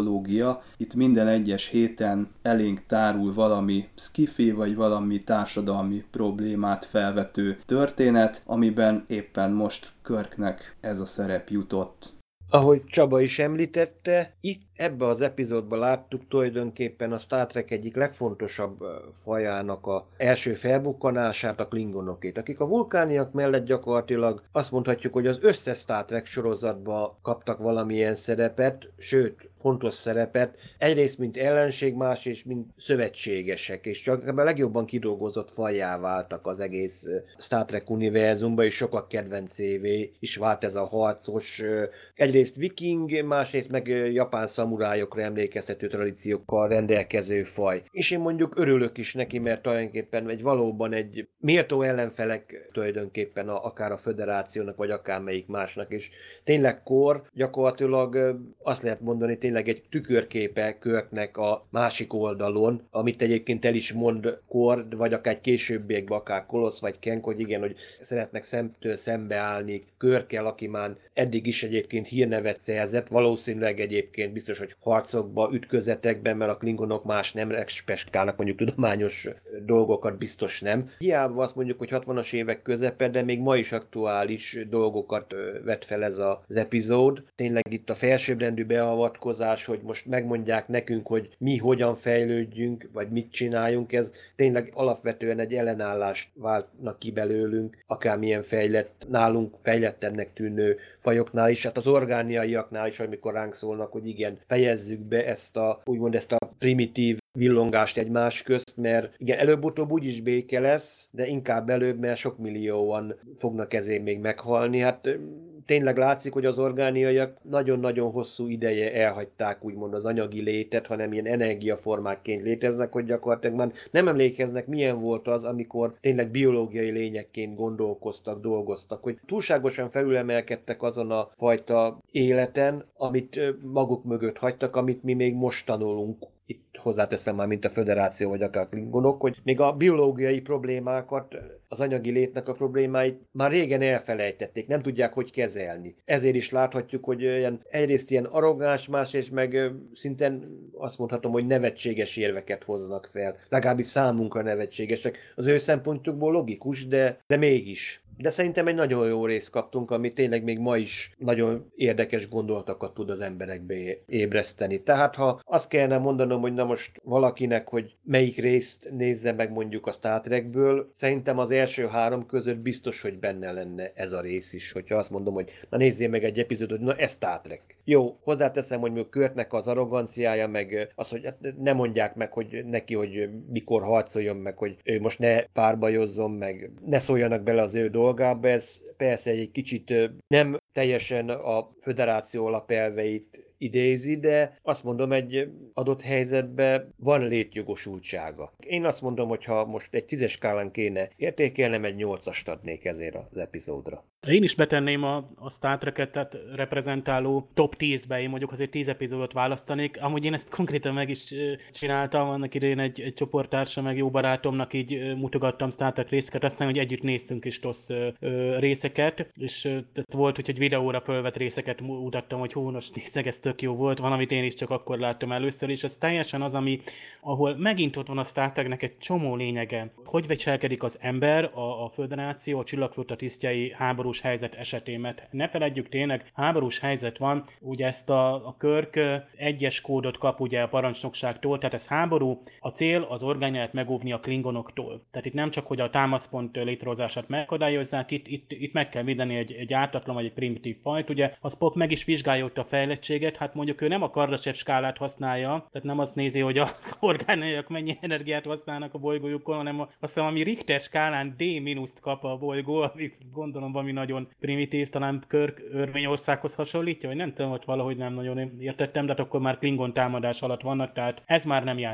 sorozatja. Itt minden egyes héten elénk tárul valami skifi, vagy valami társadalmi problémát felvető történet, amiben éppen most Kirknek ez a szerep jutott.
Ahogy Csaba is említette, itt ebben az epizódban láttuk tulajdonképpen a Star Trek egyik legfontosabb fajának a első felbukkanását, a klingonokét, akik a vulkániak mellett gyakorlatilag azt mondhatjuk, hogy az összes Star Trek sorozatban kaptak valamilyen szerepet, sőt, fontos szerepet, egyrészt mint ellenség, másrészt mint szövetségesek, és csak ebben a legjobban kidolgozott fajjá váltak az egész Star Trek univerzumban, és sokak kedvencévé is vált ez a harcos, egyrészt viking, másrészt meg japán szamurájokra emlékeztető tradíciókkal rendelkező faj. És én mondjuk örülök is neki, mert tulajdonképpen egy valóban egy méltó ellenfelek tulajdonképpen a, akár a Föderációnak, vagy akármelyik másnak is. Tényleg Kor gyakorlatilag azt lehet mondani, tényleg egy tükörképe Kirknek a másik oldalon, amit egyébként el is mond Kor, vagy akár egy későbbiekben, akár Kolosz vagy Kenk, hogy igen, hogy szeretnek szemtől szembeállni Kirkkel, aki már eddig is egyébként hírnevet szerzett, valószínűleg egyébként biztos, hogy harcokba, ütközetekben, mert a klingonok más nem respektálnak mondjuk tudományos dolgokat, biztos nem. Hiába azt mondjuk, hogy hatvanas évek közepe, de még ma is aktuális dolgokat vet fel ez az epizód. Tényleg itt a felsőbbrendű beavatkozás, hogy most megmondják nekünk, hogy mi hogyan fejlődjünk, vagy mit csináljunk, ez tényleg alapvetően egy ellenállást váltnak ki belőlünk, akármilyen fejlett, nálunk fejlettennek tűnő fajoknál is, hát az orgániaiaknál is, amikor ránk szólnak, hogy igen, fejezzük be ezt a, úgymond ezt a primitív villongást egymás közt, mert igen, előbb-utóbb úgyis béke lesz, de inkább előbb, mert sok millióan fognak ezért még meghalni. Hát tényleg látszik, hogy az orgániaiak nagyon-nagyon hosszú ideje elhagyták úgymond az anyagi létet, hanem ilyen energiaformákként léteznek, hogy gyakorlatilag már nem emlékeznek, milyen volt az, amikor tényleg biológiai lényekként gondolkoztak, dolgoztak, hogy túlságosan felülemelkedtek azon a fajta életen, amit maguk mögött hagytak, amit mi még most tanulunk. Itt hozzáteszem már, mint a Föderáció, vagy akár klingonok, hogy még a biológiai problémákat, az anyagi létnek a problémáit már régen elfelejtették, nem tudják, hogy kezelni. Ezért is láthatjuk, hogy ilyen, egyrészt ilyen arrogáns, másrészt meg szinten azt mondhatom, hogy nevetséges érveket hoznak fel. Legalábbis számunkra nevetségesek. Az ő szempontjukból logikus, de, de mégis. De szerintem egy nagyon jó részt kaptunk, ami tényleg még ma is nagyon érdekes gondolatokat tud az emberekbe ébreszteni. Tehát ha azt kellene mondanom, hogy na most valakinek, hogy melyik részt nézze meg mondjuk a Star Trekből, szerintem az első három között biztos, hogy benne lenne ez a rész is. Hogyha azt mondom, hogy na nézzél meg egy epizódot, na ez Star Trek. Jó, hozzáteszem, hogy még Kirknek az arroganciája, meg az, hogy ne mondják meg, hogy neki, hogy mikor harcoljon, meg hogy ő most ne párbajozzon, meg ne szóljanak bele az ő dolgába. Ez persze egy kicsit nem teljesen a Föderáció alapelveit idézi, de azt mondom, egy adott helyzetben van létjogosultsága. Én azt mondom, hogy ha most egy tízes skálán kéne értékelnem, egy nyolcast adnék ezért az epizódra.
Én is betenném a, a Star Trek-et tehát reprezentáló top tízbe, én mondjuk azért tíz epizódot választanék. Amúgy én ezt konkrétan meg is csináltam, annak idején egy, egy csoporttársa, meg jó barátomnak így mutogattam Star Trek részeket, aztán, hogy együtt néztünk is TOSZ részeket, és tehát volt, hogy egy videóra fölvett részeket mutattam, hogy hónos nézzek, ez tök jó volt, van, amit én is csak akkor láttam először, és ez teljesen az, ami, ahol megint ott van a Star Treknek egy csomó lényege. Hogy viselkedik az ember, a, a Föderáció, a csillagflotta tisztjei háborús helyzet esetén, mert ne feledjük tényleg, háborús helyzet van, ugye ezt a, a Kirk egyes kódot kap ugye a parancsnokságtól, tehát ez háború, a cél az orgániát megóvni a klingonoktól. Tehát itt nem csak, hogy a támaszpont létrehozását megakadályozzák, itt, itt, itt meg kell védeni egy, egy ártatlan vagy egy primitív fajt, ugye a Spock meg is vizsgálja ott a fejlettséget, hát mondjuk ő nem a Kardashev skálát használja, tehát nem azt nézi, hogy a orgániak mennyi energiát használnak a bolygójukon, hanem azt hiszem, ami Richter skálán D mínuszt kap a bolygó, amit gondolom valami nagyon primitív, talán Kirk Örményországhoz hasonlítja, vagy nem tudom, hogy valahogy nem nagyon értettem, de hát akkor már Klingon támadás alatt vannak, tehát ez már nem játék.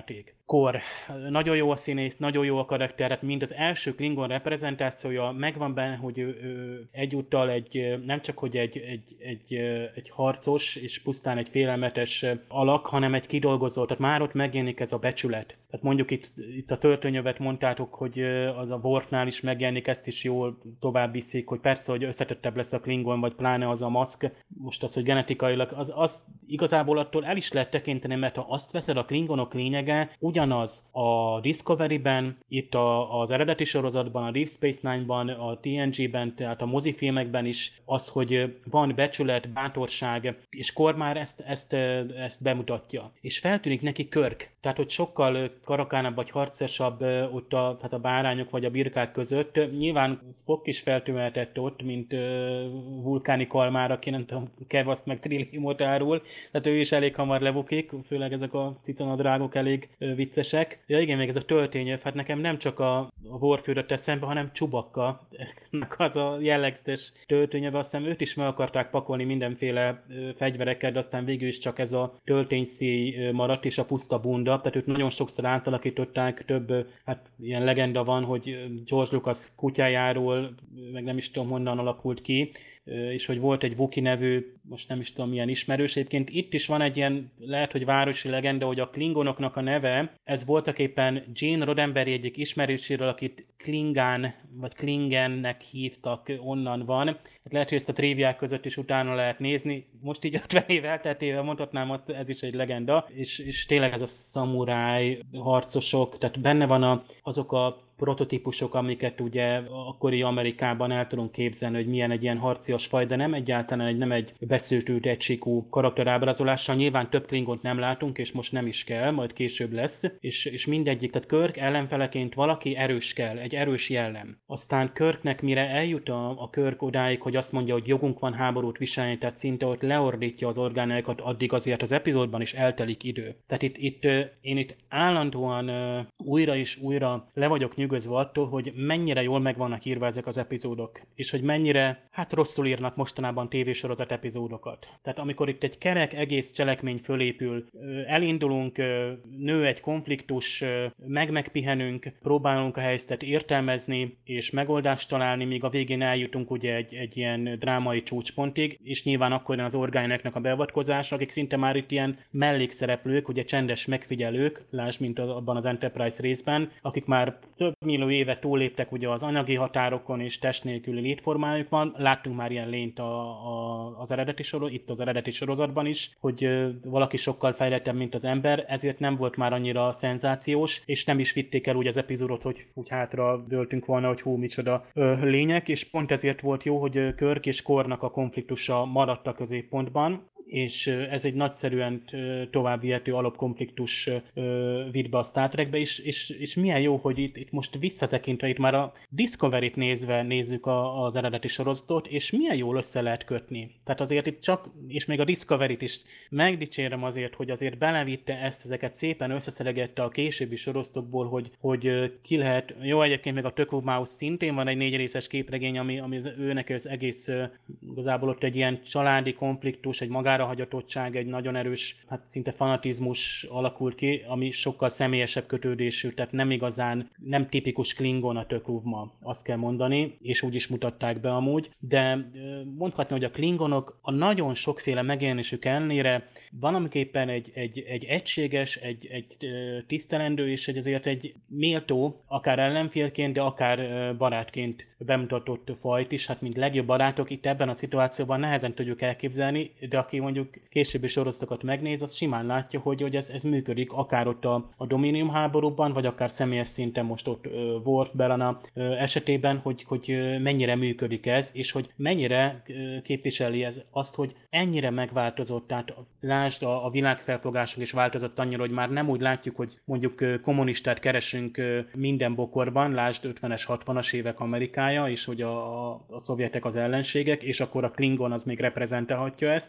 Kor. Nagyon jó a színész, nagyon jó a karakter, hát mind az első Klingon reprezentációja megvan benne, hogy ő, ő egyúttal egy, nem csak hogy egy, egy, egy, egy harcos és pusztán egy félelmetes alak, hanem egy kidolgozó, tehát már ott megjelenik ez a becsület. Tehát mondjuk itt, itt a töltőnyövet mondtátok, hogy az a Worfnál is megjelenik, ezt is jól tovább viszik, hogy persze, hogy összetettebb lesz a Klingon, vagy pláne az a maszk. Most az, hogy genetikailag, az, az igazából attól el is lehet tekinteni, mert ha azt veszed, a Klingonok lényege ugyanaz a Discovery-ben, itt a, az eredeti sorozatban, a Deep Space Nine-ban, a té en gé-ben, tehát a mozifilmekben is az, hogy van becsület, bátorság, és Kor már ezt, ezt, ezt bemutatja. És feltűnik neki Kirk, tehát hogy sokkal karakánabb vagy harcosabb ott a, hát a bárányok vagy a birkák között. Nyilván Spock is feltűnhetett ott, mint uh, vulkáni kalmár, aki nem tudom, kevaszt meg trilliumot árul, tehát ő is elég hamar lebukik, főleg ezek a cicanadrágok elég uh, viccesek. Ja igen, még ez a töltényöv, hát nekem nem csak a, a Worf jutott eszembe, hanem Chewbacca, az a jellegzetes töltényöv, azt hiszem őt is meg akarták pakolni mindenféle uh, fegyverekkel, de aztán végül is csak ez a töltényszíj uh, maradt, és a puszta bunda, tehát őt nagyon sokszor átalakították, több uh, hát ilyen legenda van, hogy George Lucas kutyájáról, meg nem is tudom honnan alakult ki, és hogy volt egy Wookie nevű, most nem is tudom milyen ismerős. Egyébként itt is van egy ilyen, lehet, hogy városi legenda, hogy a Klingonoknak a neve, ez voltaképpen Gene Roddenberry egyik ismerőséről, akit Klingán, vagy Klingennek hívtak, onnan van. Hát lehet, hogy ezt a triviák között is utána lehet nézni. Most így ötven év elteltével mondhatnám azt, ez is egy legenda. És, és tényleg ez a szamuráj harcosok, tehát benne van a, azok a prototípusok, amiket ugye akkori Amerikában el tudunk képzelni, hogy milyen egy ilyen harcias faj, de nem egyáltalán egy, nem egy beszőtült, egysíkú karakterábrázolással. Nyilván több Klingont nem látunk, és most nem is kell, majd később lesz, és, és mindegyik, tehát Kirk ellenfeleként valaki erős kell, egy erős jellem. Aztán Kirknek mire eljut a, a Kirk odáig, hogy azt mondja, hogy jogunk van háborút viselni, tehát szinte ott leordítja az orgánáikat, addig azért az epizódban is eltelik idő. Tehát itt, itt én itt állandóan újra és újra le vagyok nyűgözve attól, hogy mennyire jól meg vannak írva ezek az epizódok, és hogy mennyire, hát rosszul írnak mostanában tévésorozat epizódokat. Tehát amikor itt egy kerek egész cselekmény fölépül, elindulunk, nő egy konfliktus, meg-megpihenünk, próbálunk a helyzetet értelmezni, és megoldást találni, míg a végén eljutunk ugye egy, egy ilyen drámai csúcspontig, és nyilván akkor az orgáneknek a beavatkozása, akik szinte már itt ilyen mellékszereplők, ugye csendes megfigyelők, lásd, mint abban az Enterprise részben, akik már több millió éve túlléptek ugye az anyagi határokon, és test nélküli létformájuk van. Láttunk már ilyen lényt a, a, az eredeti sorozat, itt az eredeti sorozatban is, hogy ö, valaki sokkal fejlettebb, mint az ember, ezért nem volt már annyira szenzációs, és nem is vitték el úgy az epizódot, hogy úgy hátra dőltünk volna, hogy hú, micsoda ö, lények, és pont ezért volt jó, hogy Kirk és Kornak a konfliktusa maradt a középpontban, és ez egy nagyszerűen továbbvihető alapkonfliktus vitt be a Star Trekbe, és, és, és milyen jó, hogy itt, itt most visszatekintve, itt már a Discovery-t nézve nézzük a, az eredeti sorozatot, és milyen jól össze lehet kötni. Tehát azért itt csak, és még a Discovery-t is megdicsérem azért, hogy azért belevitte ezt, ezeket szépen összeszelegette a későbbi sorozatokból, hogy, hogy ki lehet, jó, egyébként még a Tökú Mouse szintén van egy négy részes képregény, ami, ami az, őnek az egész, igazából ott egy ilyen családi konfliktus, egy magára hagyatottság, egy nagyon erős, hát szinte fanatizmus alakult ki, ami sokkal személyesebb kötődésű, tehát nem igazán, nem tipikus Klingon a Tökuvma, azt kell mondani, és úgy is mutatták be amúgy, de mondhatni, hogy a Klingonok a nagyon sokféle megjelenésük ellenére valamiképpen egy, egy, egy egységes, egy, egy tisztelendő, és egy azért egy méltó, akár ellenfélként, de akár barátként bemutatott fajt is, hát mint legjobb barátok, itt ebben a szituációban nehezen tudjuk elképzelni, de aki mondjuk későbbi sorozatokat megnéz, az simán látja, hogy, hogy ez, ez működik, akár ott a, a Dominium háborúban, vagy akár személyes szinten most ott uh, Worf B'Elanna uh, esetében, hogy, hogy uh, mennyire működik ez, és hogy mennyire uh, képviseli ez azt, hogy ennyire megváltozott, tehát lásd, a, a világfelfogásunk is változott annyira, hogy már nem úgy látjuk, hogy mondjuk uh, kommunistát keresünk uh, minden bokorban, lásd ötvenes, hatvanas évek Amerikája, és hogy a, a, a szovjetek az ellenségek, és akkor a Klingon az még reprezentálhatja ezt, és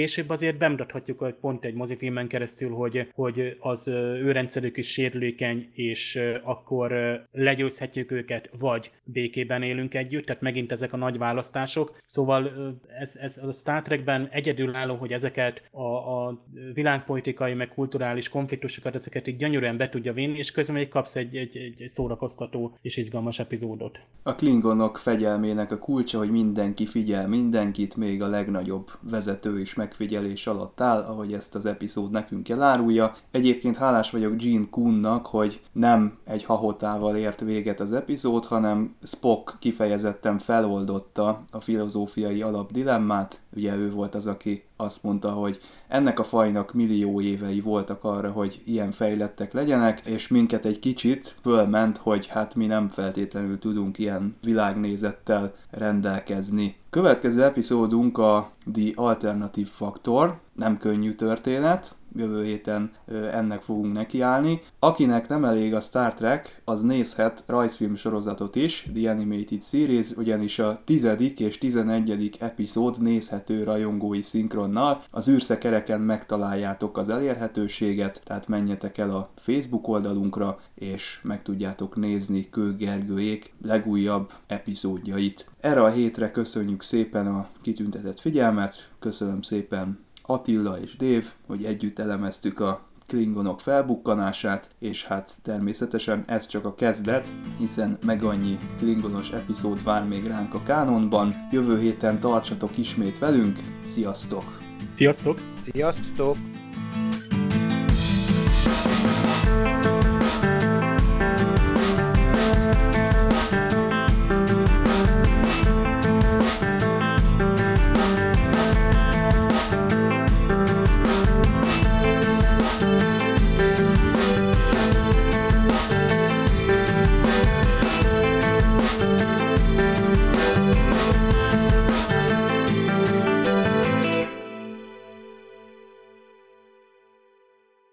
később azért bemutathatjuk, hogy pont egy mozifilmen keresztül, hogy, hogy az ő rendszerük is sérülékeny, és akkor legyőzhetjük őket, vagy békében élünk együtt, tehát megint ezek a nagy választások. Szóval ez, ez a Star Trekben egyedülálló, hogy ezeket a, a világpolitikai, meg kulturális konfliktusokat, ezeket így gyönyörűen be tudja vinni, és közben még kapsz egy, egy, egy szórakoztató és izgalmas epizódot.
A klingonok fegyelmének a kulcsa, hogy mindenki figyel mindenkit, még a legnagyobb vezető is megfigyelés alatt áll, ahogy ezt az epizód nekünk elárulja. Egyébként hálás vagyok Gene Coonnak, hogy nem egy hahotával ért véget az epizód, hanem Spock kifejezetten feloldotta a filozófiai alapdilemmát. Ugye ő volt az, aki azt mondta, hogy ennek a fajnak millió évei voltak arra, hogy ilyen fejlettek legyenek, és minket egy kicsit fölment, hogy hát mi nem feltétlenül tudunk ilyen világnézettel rendelkezni. Következő epizódunk a The Alternative Factor, nem könnyű történet, jövő héten ennek fogunk nekiállni. Akinek nem elég a Star Trek, az nézhet rajzfilm sorozatot is, The Animated Series, ugyanis a tizedik és tizenegyedik epizód nézhető rajongói szinkronnal. Az űrszekereken megtaláljátok az elérhetőséget, tehát menjetek el a Facebook oldalunkra, és meg tudjátok nézni Kő Gergőjék legújabb epizódjait. Erre a hétre köszönjük szépen a kitüntetett figyelmet, köszönöm szépen Attila és Dave, hogy együtt elemeztük a klingonok felbukkanását, és hát természetesen ez csak a kezdet, hiszen meg annyi klingonos epizód vár még ránk a kánonban. Jövő héten tartsatok ismét velünk, sziasztok!
Sziasztok!
Sziasztok!